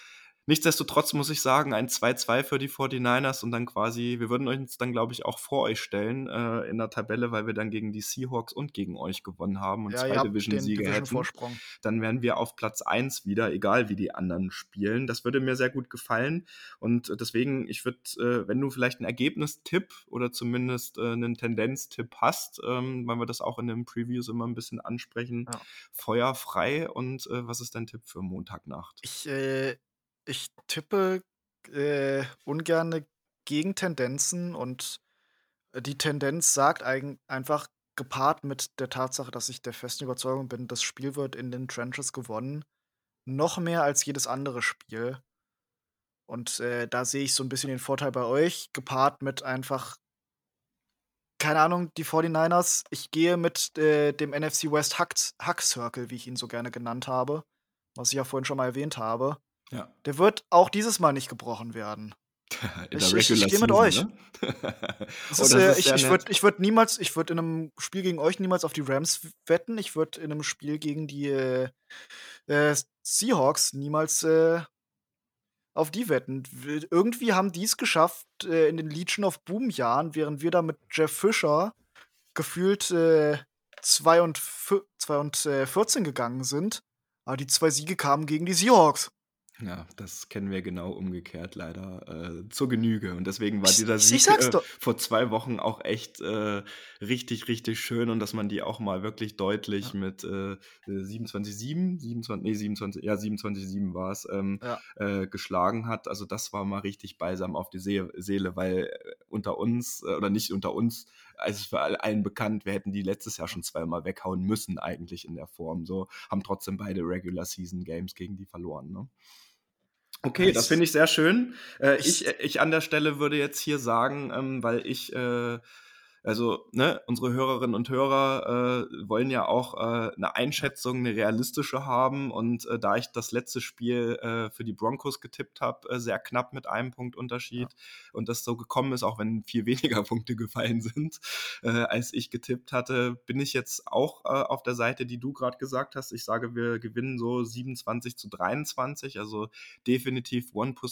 Nichtsdestotrotz muss ich sagen, ein 2-2 für die 49ers und dann quasi, wir würden uns dann, glaube ich, auch vor euch stellen in der Tabelle, weil wir dann gegen die Seahawks und gegen euch gewonnen haben und Ja, 2 ihr habt den Division-Siege hätten. Division-Vorsprung. Dann wären wir auf Platz 1 wieder, egal wie die anderen spielen. Das würde mir sehr gut gefallen und deswegen, ich würde, wenn du vielleicht einen Ergebnistipp oder zumindest einen Tendenztipp hast, weil wir das auch in den Previews immer ein bisschen ansprechen, Ja. Feuer frei und was ist dein Tipp für Montagnacht? Ich tippe ungerne gegen Tendenzen und die Tendenz sagt einfach gepaart mit der Tatsache, dass ich der festen Überzeugung bin, das Spiel wird in den Trenches gewonnen, noch mehr als jedes andere Spiel. Und da sehe ich so ein bisschen den Vorteil bei euch, gepaart mit einfach, keine Ahnung, die 49ers. Ich gehe mit dem NFC West Hack Circle, wie ich ihn so gerne genannt habe, was ich ja vorhin schon mal erwähnt habe. Ja. Der wird auch dieses Mal nicht gebrochen werden. In der Ich Regular gehe mit Season, euch. ne? Das Oh, ist, das ist sehr ich nett. würde in einem Spiel gegen euch niemals auf die Rams wetten. Ich würde in einem Spiel gegen die Seahawks niemals auf die wetten. Irgendwie haben die es geschafft, in den Legion of Boom Jahren, während wir da mit Jeff Fisher gefühlt 14 gegangen sind. Aber die 2 Siege kamen gegen die Seahawks. Ja, das kennen wir genau umgekehrt leider zur Genüge. Und deswegen war Ich, dieser ich, ich Sieg sag's doch. vor 2 Wochen auch echt richtig, richtig schön und dass man die auch mal wirklich deutlich Ja, mit 27-7, 27, nee, 27, ja, 27-7 war es, ja. geschlagen hat. Also das war mal richtig balsam auf die Seele, weil unter uns, oder nicht unter uns, also es ist für allen bekannt, wir hätten die letztes Jahr schon zweimal weghauen müssen eigentlich in der Form. So haben trotzdem beide Regular Season Games gegen die verloren, ne? Okay, das finde ich sehr schön. Ich, Ich an der Stelle würde jetzt hier sagen, weil also, ne, unsere Hörerinnen und Hörer wollen ja auch eine Einschätzung, eine realistische haben. Und da ich das letzte Spiel für die Broncos getippt habe, sehr knapp mit einem Punkt Unterschied und das so gekommen ist, auch wenn viel weniger Punkte gefallen sind, als ich getippt hatte, bin ich jetzt auch auf der Seite, die du gerade gesagt hast. Ich sage, wir gewinnen so 27-23, also definitiv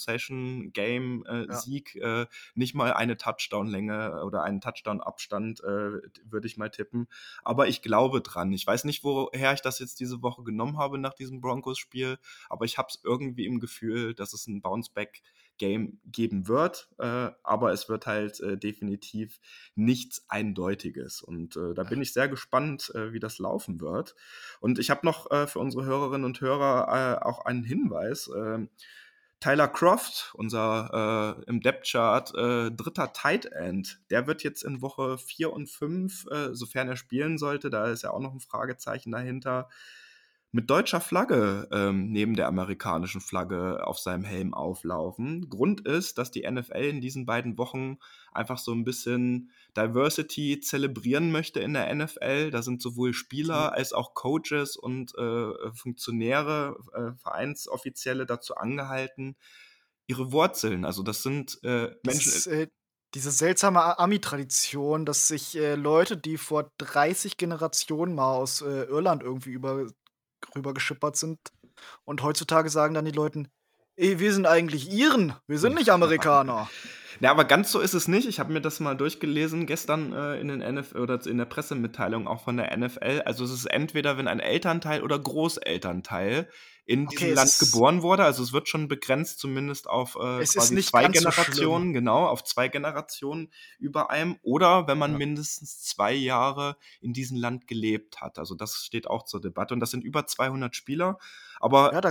ja. One-Possession-Game-Sieg, nicht mal eine Touchdown-Länge oder einen Touchdown-Abstand, würde ich mal tippen. Aber ich glaube dran. Ich weiß nicht, woher ich das jetzt diese Woche genommen habe nach diesem Broncos-Spiel, aber ich habe es irgendwie im Gefühl, dass es ein Bounce-Back-Game geben wird, aber es wird halt definitiv nichts Eindeutiges. Und da bin ich sehr gespannt, wie das laufen wird. Und ich habe noch für unsere Hörerinnen und Hörer auch einen Hinweis. Tyler Croft, unser im Depth-Chart dritter Tight End, der wird jetzt in Woche 4 und 5, sofern er spielen sollte, da ist ja auch noch ein Fragezeichen dahinter, mit deutscher Flagge neben der amerikanischen Flagge auf seinem Helm auflaufen. Grund ist, dass die NFL in diesen beiden Wochen einfach so ein bisschen Diversity zelebrieren möchte in der NFL. Da sind sowohl Spieler als auch Coaches und Funktionäre, Vereinsoffizielle dazu angehalten, ihre Wurzeln, also das sind Das Menschen. ist diese seltsame Ami-Tradition, dass sich Leute, die vor 30 Generationen mal aus Irland irgendwie rüber geschippert sind und heutzutage sagen dann die Leuten: „Ey, wir sind eigentlich Iren, wir sind nicht Amerikaner." Ja, aber ganz so ist es nicht. Ich habe mir das mal durchgelesen gestern in den NFL oder in der Pressemitteilung auch von der NFL. Also es ist entweder, wenn ein Elternteil oder Großelternteil in Okay, diesem Land geboren wurde. Also es wird schon begrenzt, zumindest auf es ist quasi nicht 2 ganz so schlimm. Generationen, genau, auf 2 Generationen über einem. Oder wenn man mindestens 2 Jahre in diesem Land gelebt hat. Also das steht auch zur Debatte. Und das sind über 200 Spieler. Aber Ja,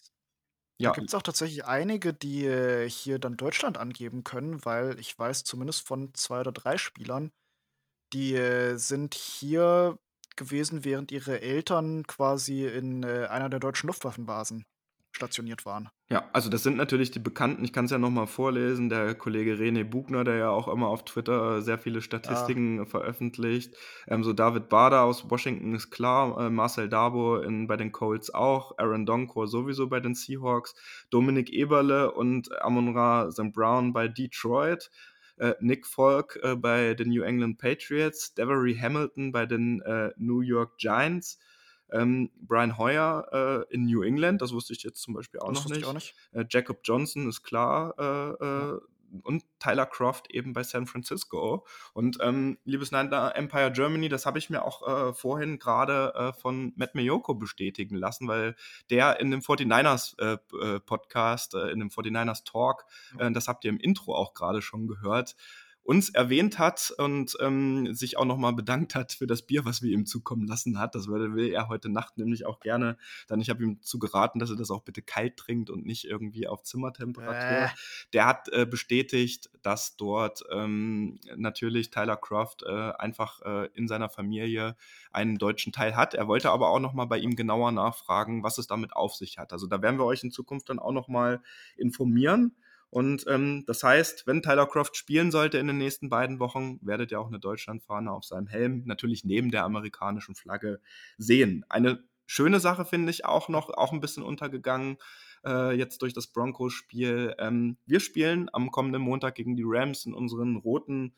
da ja, gibt's auch tatsächlich einige, die hier dann Deutschland angeben können, weil ich weiß zumindest von 2 oder 3 Spielern, die sind hier gewesen, während ihre Eltern quasi in einer der deutschen Luftwaffenbasen stationiert waren. ja, also das sind natürlich die Bekannten. Ich kann es ja noch mal vorlesen. Der Kollege René Bugner, der ja auch immer auf Twitter sehr viele Ja, Statistiken veröffentlicht. So David Bader aus Washington ist klar, Marcel Dabo bei den Colts auch, Aaron Donkor sowieso bei den Seahawks, Dominik Eberle und Amon-Ra St. Brown bei Detroit, Nick Folk bei den New England Patriots, Devery Hamilton bei den New York Giants, Brian Hoyer in New England, das wusste ich jetzt zum Beispiel auch Das noch wusste ich auch nicht. nicht. Jacob Johnson ist klar. Ja. Und Tyler Croft eben bei San Francisco. Und liebes Niner Empire Germany, das habe ich mir auch vorhin gerade von Matt Miyoko bestätigen lassen, weil der in dem 49ers Podcast, in dem 49ers Talk, das habt ihr im Intro auch gerade schon gehört, uns erwähnt hat und sich auch nochmal bedankt hat für das Bier, was wir ihm zukommen lassen hat. Das will er heute Nacht nämlich auch gerne. Dann, ich habe ihm zu geraten, dass er das auch bitte kalt trinkt und nicht irgendwie auf Zimmertemperatur. Der hat bestätigt, dass dort natürlich Tyler Croft einfach in seiner Familie einen deutschen Teil hat. Er wollte aber auch nochmal bei ihm genauer nachfragen, was es damit auf sich hat. Also da werden wir euch in Zukunft dann auch nochmal informieren. Und das heißt, wenn Tyler Croft spielen sollte in den nächsten beiden Wochen, werdet ihr auch eine Deutschlandfahne auf seinem Helm, natürlich neben der amerikanischen Flagge, sehen. Eine schöne Sache finde ich auch noch, auch ein bisschen untergegangen, jetzt durch das Broncos-Spiel. Wir spielen am kommenden Montag gegen die Rams in unseren roten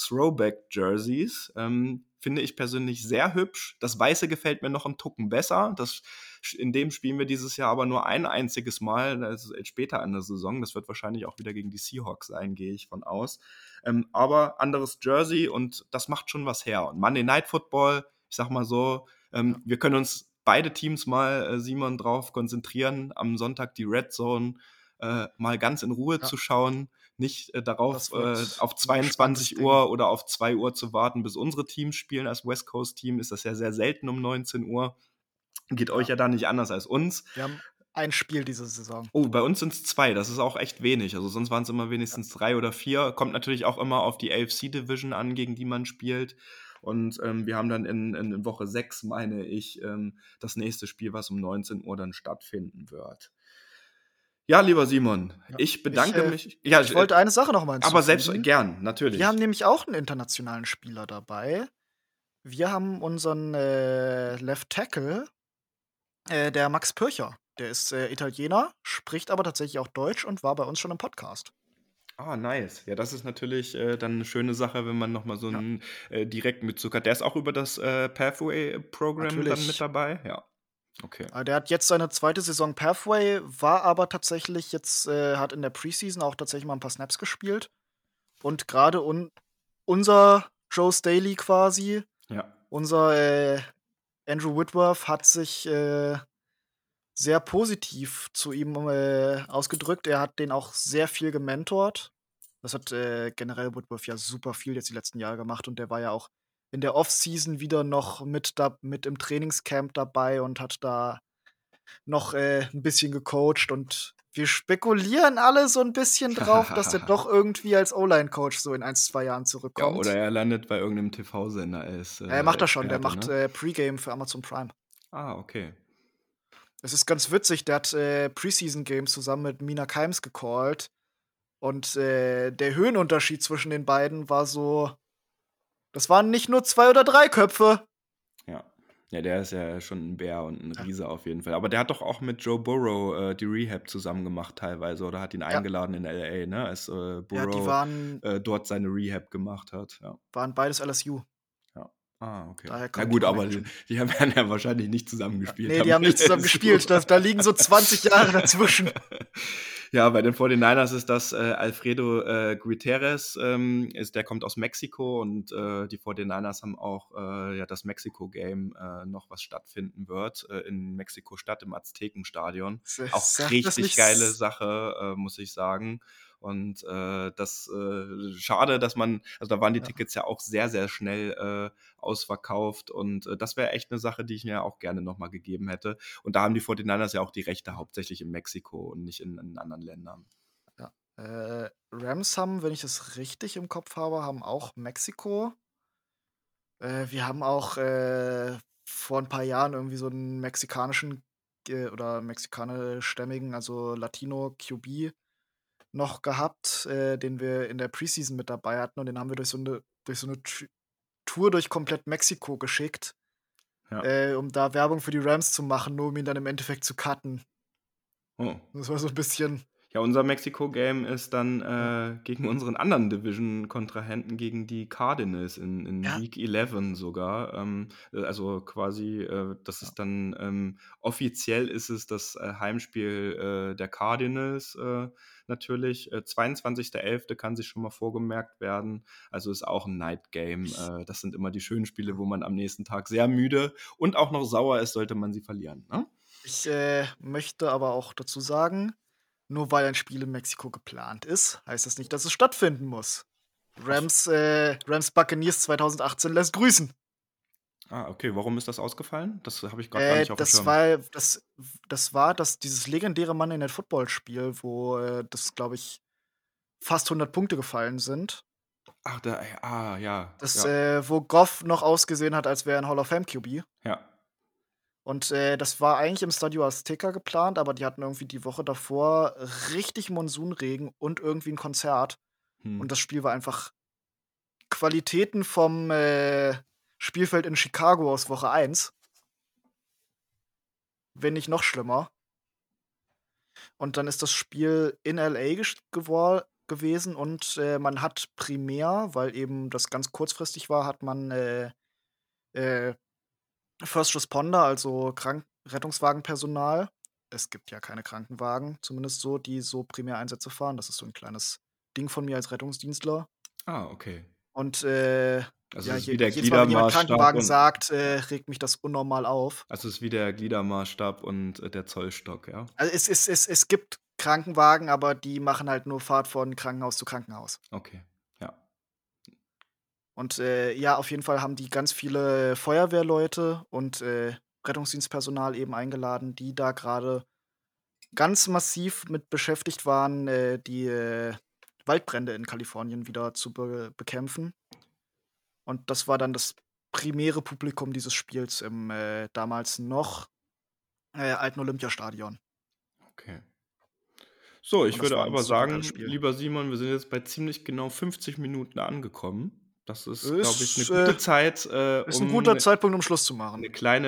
Throwback-Jerseys. Finde ich persönlich sehr hübsch. Das Weiße gefällt mir noch einen Tucken besser. In dem spielen wir dieses Jahr aber nur ein einziges Mal, das ist später in der Saison. Das wird wahrscheinlich auch wieder gegen die Seahawks sein, gehe ich von aus. Aber anderes Jersey und das macht schon was her. Und Monday Night Football, ich sag mal so, wir können uns beide Teams mal, Simon, drauf konzentrieren, am Sonntag die Red Zone mal ganz in Ruhe Ja. zu schauen, nicht darauf Das wird auf ein spannendes 22 Ding. Uhr oder auf 2 Uhr zu warten, bis unsere Teams spielen. Als West Coast Team ist das ja sehr selten um 19 Uhr. Geht euch ja da nicht anders als uns. Wir haben ein Spiel diese Saison. Oh, bei uns sind es 2, das ist auch echt wenig. Also sonst waren es immer wenigstens 3 oder 4. Kommt natürlich auch immer auf die AFC-Division an, gegen die man spielt. Und wir haben dann in Woche 6, meine ich, das nächste Spiel, was um 19 Uhr dann stattfinden wird. Ja, lieber Simon, Ja. ich bedanke mich. Ja, Ich wollte eine Sache noch mal hinzufügen. aber selbst gern, natürlich. Wir haben nämlich auch einen internationalen Spieler dabei. Wir haben unseren Left Tackle, der Max Pircher. Der ist Italiener, spricht aber tatsächlich auch Deutsch und war bei uns schon im Podcast. Ah, nice. Ja, das ist natürlich dann eine schöne Sache, wenn man nochmal so einen direkten Bezug hat. Der ist auch über das Pathway-Programm dann Natürlich. mit dabei? Ja. Okay. Der hat jetzt seine zweite Saison Pathway, war aber tatsächlich jetzt, hat in der Preseason auch tatsächlich mal ein paar Snaps gespielt. Und gerade unser Joe Staley quasi, Ja. unser Andrew Whitworth hat sich sehr positiv zu ihm ausgedrückt. Er hat den auch sehr viel gementort. Das hat generell Whitworth ja super viel jetzt die letzten Jahre gemacht und der war ja auch in der Offseason wieder noch mit im Trainingscamp dabei und hat da noch 'n bisschen gecoacht und wir spekulieren alle so ein bisschen drauf, dass der doch irgendwie als O-Line-Coach so in 1, 2 Jahren Ja, zurückkommt. oder er landet bei irgendeinem TV-Sender als Macht er schon, der Experte, macht ne? Pre-Game für Amazon Prime. Ah, okay. Es ist ganz witzig, der hat Preseason-Games zusammen mit Mina Kimes gecallt und der Höhenunterschied zwischen den beiden war so, das waren nicht nur 2 oder 3 Köpfe. Ja. Ja, der ist ja schon ein Bär und ein Riese auf jeden Fall. Aber der hat doch auch mit Joe Burrow die Rehab zusammen gemacht teilweise oder hat ihn eingeladen in LA, ne? Als Ja, die Burrow waren dort seine Rehab gemacht hat. Ja. beides LSU. Ja. Ah, okay. Daher Na kommt gut, die aber die, Connection. die haben ja wahrscheinlich nicht zusammengespielt. Nee, die haben nicht zusammen gespielt. Da liegen so 20 Jahre dazwischen. Ja, bei den 49ers ist das Alfredo Gutierrez, der kommt aus Mexiko und die 49ers haben auch das Mexiko-Game noch, was stattfinden wird in Mexiko-Stadt im Aztekenstadion. Auch Sag das richtig nicht. geile Sache, muss ich sagen. Und das schade, dass also da waren die Tickets ja auch sehr, sehr schnell ausverkauft und das wäre echt eine Sache, die ich mir auch gerne nochmal gegeben hätte. Und da haben die 49ers ja auch die Rechte hauptsächlich in Mexiko und nicht in anderen Ländern. Ja. Rams haben, wenn ich das richtig im Kopf habe, haben auch Mexiko. Wir haben auch vor ein paar Jahren irgendwie so einen mexikanischen oder mexikanischstämmigen, also Latino QB noch gehabt, den wir in der Preseason mit dabei hatten und den haben wir durch so eine Tour durch komplett Mexiko geschickt, Ja. um da Werbung für die Rams zu machen, nur um ihn dann im Endeffekt zu cutten. Oh. Das war so ein bisschen Ja, unser Mexiko-Game ist dann gegen unseren anderen Division-Kontrahenten, gegen die Cardinals in Ja, Week 11 sogar. Also quasi, das ja. ist dann offiziell ist es das Heimspiel der Cardinals natürlich. 22.11. kann sich schon mal vorgemerkt werden. Also ist auch ein Night Game. Das sind immer die schönen Spiele, wo man am nächsten Tag sehr müde und auch noch sauer ist, sollte man sie verlieren. Ne? Ich, möchte aber auch dazu sagen, nur weil ein Spiel in Mexiko geplant ist, heißt das nicht, dass es stattfinden muss. Ach so. Rams Buccaneers 2018 lässt grüßen. Okay. Warum ist das ausgefallen? Das habe ich gerade gar nicht auf dem Das Schirm. war dieses legendäre Monday Night Football Spiel, wo, das, glaube ich, fast 100 Punkte gefallen sind. Ach, ja, Das, ja, wo Goff noch ausgesehen hat, als wäre er 'n Hall of Fame QB. ja. Und, das war eigentlich im Stadio Azteca geplant, aber die hatten irgendwie die Woche davor richtig Monsunregen und irgendwie 'n Konzert. Hm. Und das Spiel war einfach Qualitäten vom, Spielfeld in Chicago aus Woche 1, wenn nicht noch schlimmer. Und dann ist das Spiel in LA gewesen und, man hat primär, weil eben das ganz kurzfristig war, hat man, äh, First Responder, also Rettungswagenpersonal. Es gibt ja keine Krankenwagen, zumindest so, die so Primäreinsätze fahren. Das ist so 'n kleines Ding von mir als Rettungsdienstler. Okay. Und, Also ja, es ist wie der jedes Mal, wenn jemand Gliedermaßstab Krankenwagen und sagt, regt mich das unnormal auf. der Zollstock, ja? Also, es gibt Krankenwagen, aber die machen halt nur Fahrt von Krankenhaus zu Krankenhaus. Okay, ja. Und, ja, auf jeden Fall haben die ganz viele Feuerwehrleute und, Rettungsdienstpersonal eben eingeladen, die da grade ganz massiv mit beschäftigt waren, die, Waldbrände in Kalifornien wieder zu bekämpfen. Und das war dann das primäre Publikum dieses Spiels im, damals noch, alten Olympiastadion. Okay. So, Und ich das würde war 'n aber super geiles sagen, Spiel. lieber Simon, wir sind jetzt bei ziemlich genau 50 Minuten angekommen. Das ist, glaube ich, eine Ist, gute Zeit, ist 'n um guter Zeitpunkt, um Schluss zu machen. 'ne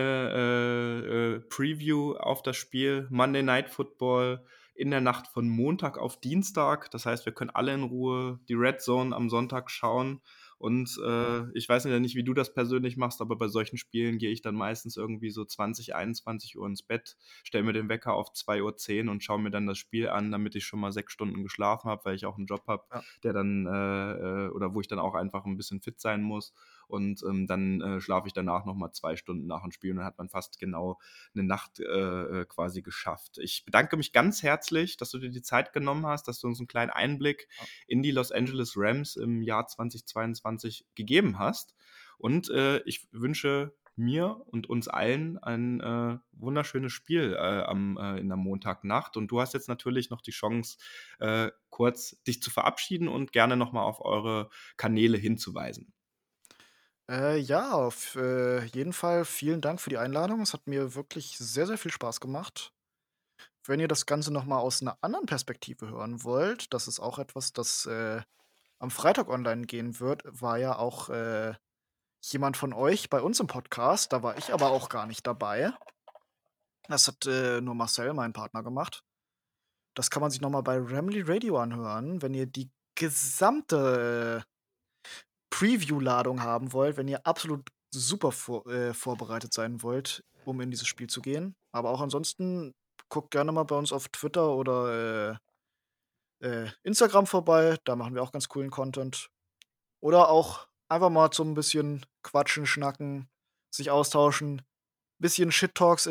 kleine Preview auf das Spiel Monday Night Football in der Nacht von Montag auf Dienstag. Das heißt, wir können alle in Ruhe die Red Zone am Sonntag schauen. Und ich weiß ja nicht, wie du das persönlich machst, aber bei solchen Spielen gehe ich dann meistens irgendwie so 20, 21 Uhr ins Bett, stelle mir den Wecker auf 2:10 Uhr und schaue mir dann das Spiel an, damit ich schon mal 6 Stunden geschlafen habe, weil ich auch einen Job habe, Ja. der dann oder wo ich dann auch einfach ein bisschen fit sein muss. Und dann schlafe ich danach noch mal 2 Stunden nach dem Spiel und dann hat man fast genau eine Nacht quasi geschafft. Ich bedanke mich ganz herzlich, dass du dir die Zeit genommen hast, dass du uns einen kleinen Einblick Ja. in die Los Angeles Rams im Jahr 2022 gegeben hast. Und ich wünsche mir und uns allen ein wunderschönes Spiel in der Montagnacht. Und du hast jetzt natürlich noch die Chance, kurz dich zu verabschieden und gerne noch mal auf eure Kanäle hinzuweisen. Ja, auf, jeden Fall vielen Dank für die Einladung. Es hat mir wirklich sehr, sehr viel Spaß gemacht. Wenn ihr das Ganze noch mal aus 'ner anderen Perspektive hören wollt, das ist auch etwas, das, am Freitag online gehen wird, war ja auch, jemand von euch bei uns im Podcast. Da war ich aber auch gar nicht dabei. Das hat, nur Marcel, mein Partner, gemacht. Das kann man sich noch mal bei Ramley Radio anhören, wenn ihr die gesamte Preview-Ladung haben wollt, wenn ihr absolut super vorbereitet sein wollt, um in dieses Spiel zu gehen. Aber auch ansonsten guckt gerne mal bei uns auf Twitter oder, Instagram vorbei. Da machen wir auch ganz coolen Content. Oder auch einfach mal zum bisschen quatschen, schnacken, sich austauschen, bisschen Shit-Talks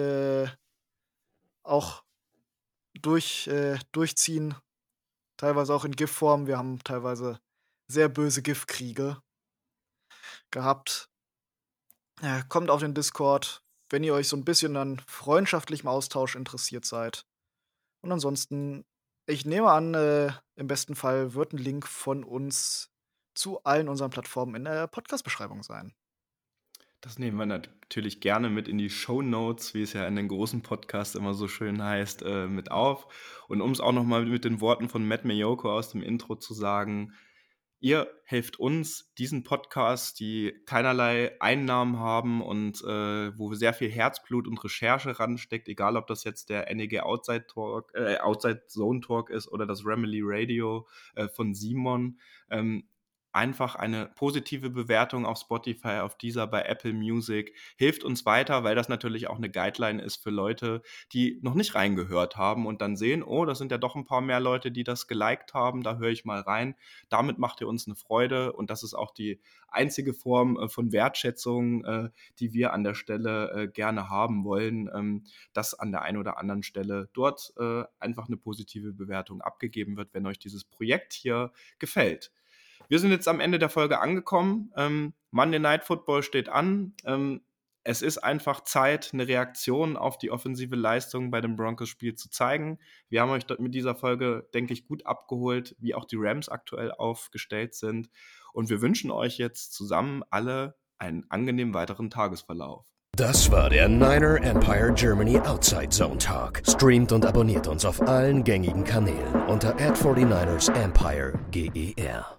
auch durchziehen, teilweise auch in GIF-Form. Wir haben teilweise sehr böse GIF-Kriege gehabt. Kommt auf den Discord, wenn ihr euch so 'n bisschen an freundschaftlichem Austausch interessiert seid. Und ansonsten, ich nehme an, im besten Fall wird 'n Link von uns zu allen unseren Plattformen in der Podcast-Beschreibung sein. Das nehmen wir natürlich gerne mit in die Shownotes, wie es ja in den großen Podcasts immer so schön heißt, mit auf. Und um es auch noch mal mit den Worten von Matt Maiocco aus dem Intro zu sagen: Ihr helft uns, diesen Podcast, die keinerlei Einnahmen haben und wo sehr viel Herzblut und Recherche ransteckt, egal ob das jetzt der NEG Outside Zone Talk ist oder das Remily Radio von Simon. Einfach eine positive Bewertung auf Spotify, auf Deezer, bei Apple Music hilft uns weiter, weil das natürlich auch eine Guideline ist für Leute, die noch nicht reingehört haben und dann sehen, oh, das sind ja doch ein paar mehr Leute, die das geliked haben, da höre ich mal rein. Damit macht ihr uns eine Freude und das ist auch die einzige Form von Wertschätzung, die wir an der Stelle gerne haben wollen, dass an der einen oder anderen Stelle dort einfach eine positive Bewertung abgegeben wird, wenn euch dieses Projekt hier gefällt. Wir sind jetzt am Ende der Folge angekommen. Monday Night Football steht an. Es ist einfach Zeit, eine Reaktion auf die offensive Leistung bei dem Broncos-Spiel zu zeigen. Wir haben euch mit dieser Folge, denke ich, gut abgeholt, wie auch die Rams aktuell aufgestellt sind. Und wir wünschen euch jetzt zusammen alle einen angenehmen weiteren Tagesverlauf. Das war der Niner Empire Germany Outside Zone Talk. Streamt und abonniert uns auf allen gängigen Kanälen unter @49ersEmpireGER.